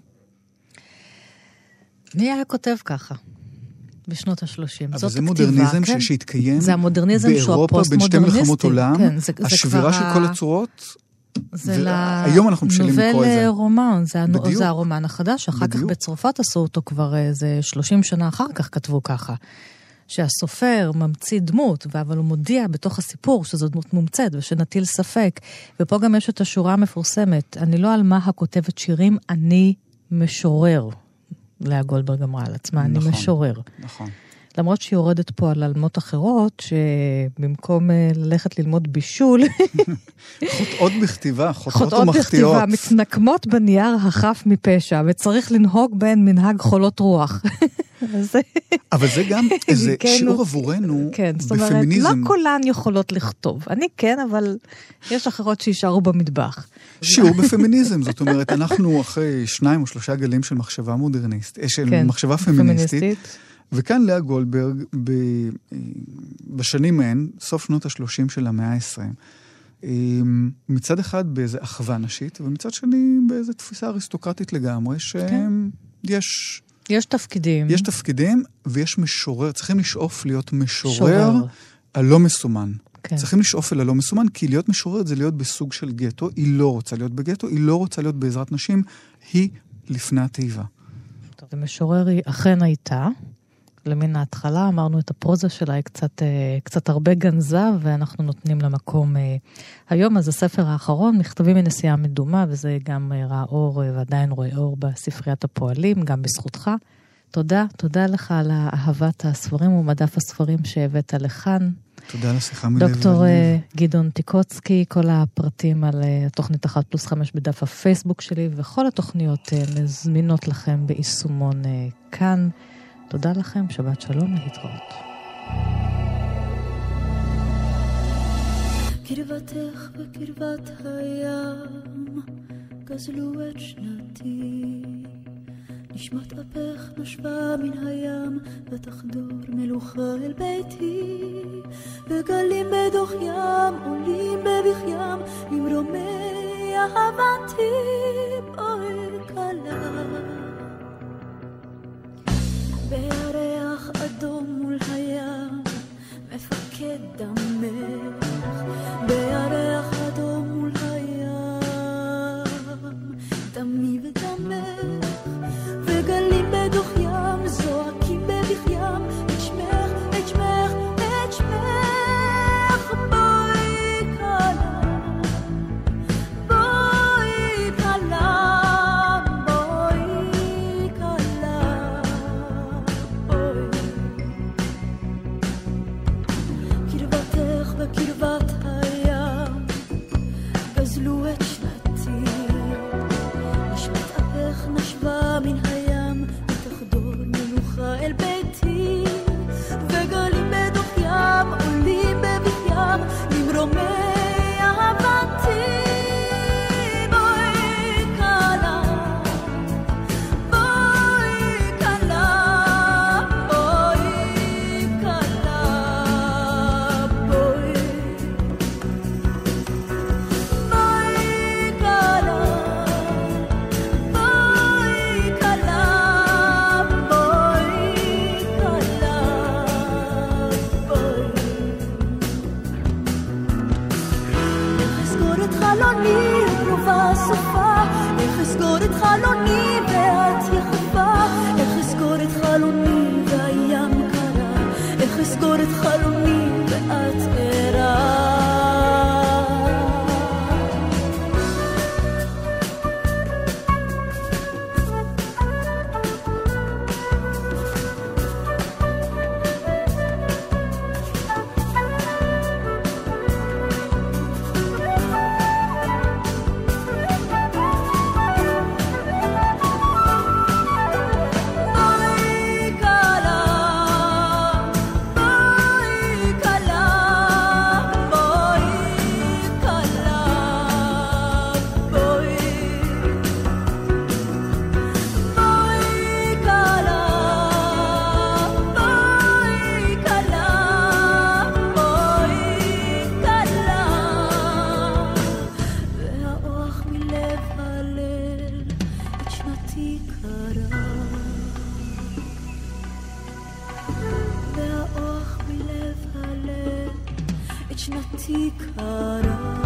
מי היה כותב ככה? בשנות ה-30. אבל זה מודרניזם כן? שהתקיים באירופה בין שתי מלחמות עולם, כן, השבירה של כל הצורות, היום אנחנו משלים לקרוא את זה. נובל רומן, זה הרומן החדש, אחר כך בצרפת עשו אותו כבר איזה 30 שנה אחר כך כתבו ככה, שהסופר ממציא דמות, אבל הוא מודיע בתוך הסיפור שזו דמות מומצאת ושנטיל ספק, ופה גם יש את השורה המפורסמת, אני לא על מה הכותבת שירים, אני משורר. לאה גולדברג אמרה על עצמה, אני משורר. נכון. למרות שהיא יורדת פה על אלמות אחרות, שבמקום ללכת ללמוד בישול, חוטאות בכתיבה, חוטאות בכתיבה, מתנקמות בנייר החף מפשע, וצריך לנהוג בהן מנהג חולות רוח. אבל זה גם איזה שיעור עבורנו בפמיניזם. לא כולן יכולות לכתוב. אני כן, אבל יש אחרות שישארו במטבח. שיעור בפמיניזם, זאת אומרת, אנחנו אחרי 2 או 3 גלים של מחשבה מודרניסטית, של מחשבה פמיניסטית, וכאן לאה גולדברג, בשנים מהן, סוף שנות ה-30 של המאה ה-20, מצד אחד באיזו אחווה נשית, ומצד שני באיזו תפיסה אריסטוקרטית לגמרי, יש תפקידים. יש תפקידים, ויש משורר. צריכים לשאוף להיות משורר הלא מסומן. כן. צריכים לשאוף אל הלא מסומן, כי להיות משוררת זה להיות בסוג של גטו. היא לא רוצה להיות בגטו, היא לא רוצה להיות בעזרת נשים, היא לפני התיבה. טוב, ומשורר היא אכן הייתה. למין ההתחלה אמרנו את הפרוזה שלה, היא קצת הרבה גנזה, ואנחנו נותנים לה מקום היום. אז הספר האחרון, מכתבים מנסיעה מדומה, וזה גם ראה אור ועדיין רואה אור בספריית הפועלים, גם בזכותך. תודה לך על אהבת הספרים ומדף הספרים שהבאת לכאן. תודה על השיחה מלב. דוקטור גדעון טיקוצקי, כל הפרטים על התוכנית 1+5 בדף הפייסבוק שלי, וכל התוכניות מזמינות לכם ביישומון כאן. תודה לכם, שבת שלום, להתראות. קרבתך בקרבת הים גזלו את שנתי, נשמת אפך נשבה מן הים ותחדור מלוכה אל ביתי, וגלים בדוח ים עולים בבכיים למרומי אהבתי בואי קלה, בירח אדום מול הים מפקד דמך, בירח אדום מול הים דמי ודמך, וגלים בדוח ים זועקים בבכיים את שמך, את שמך, את שמך, בואי קלה, בואי קלה, בואי קלה, בואי. שנתי קרה, והאוח מלב הלב את שנתי קרה.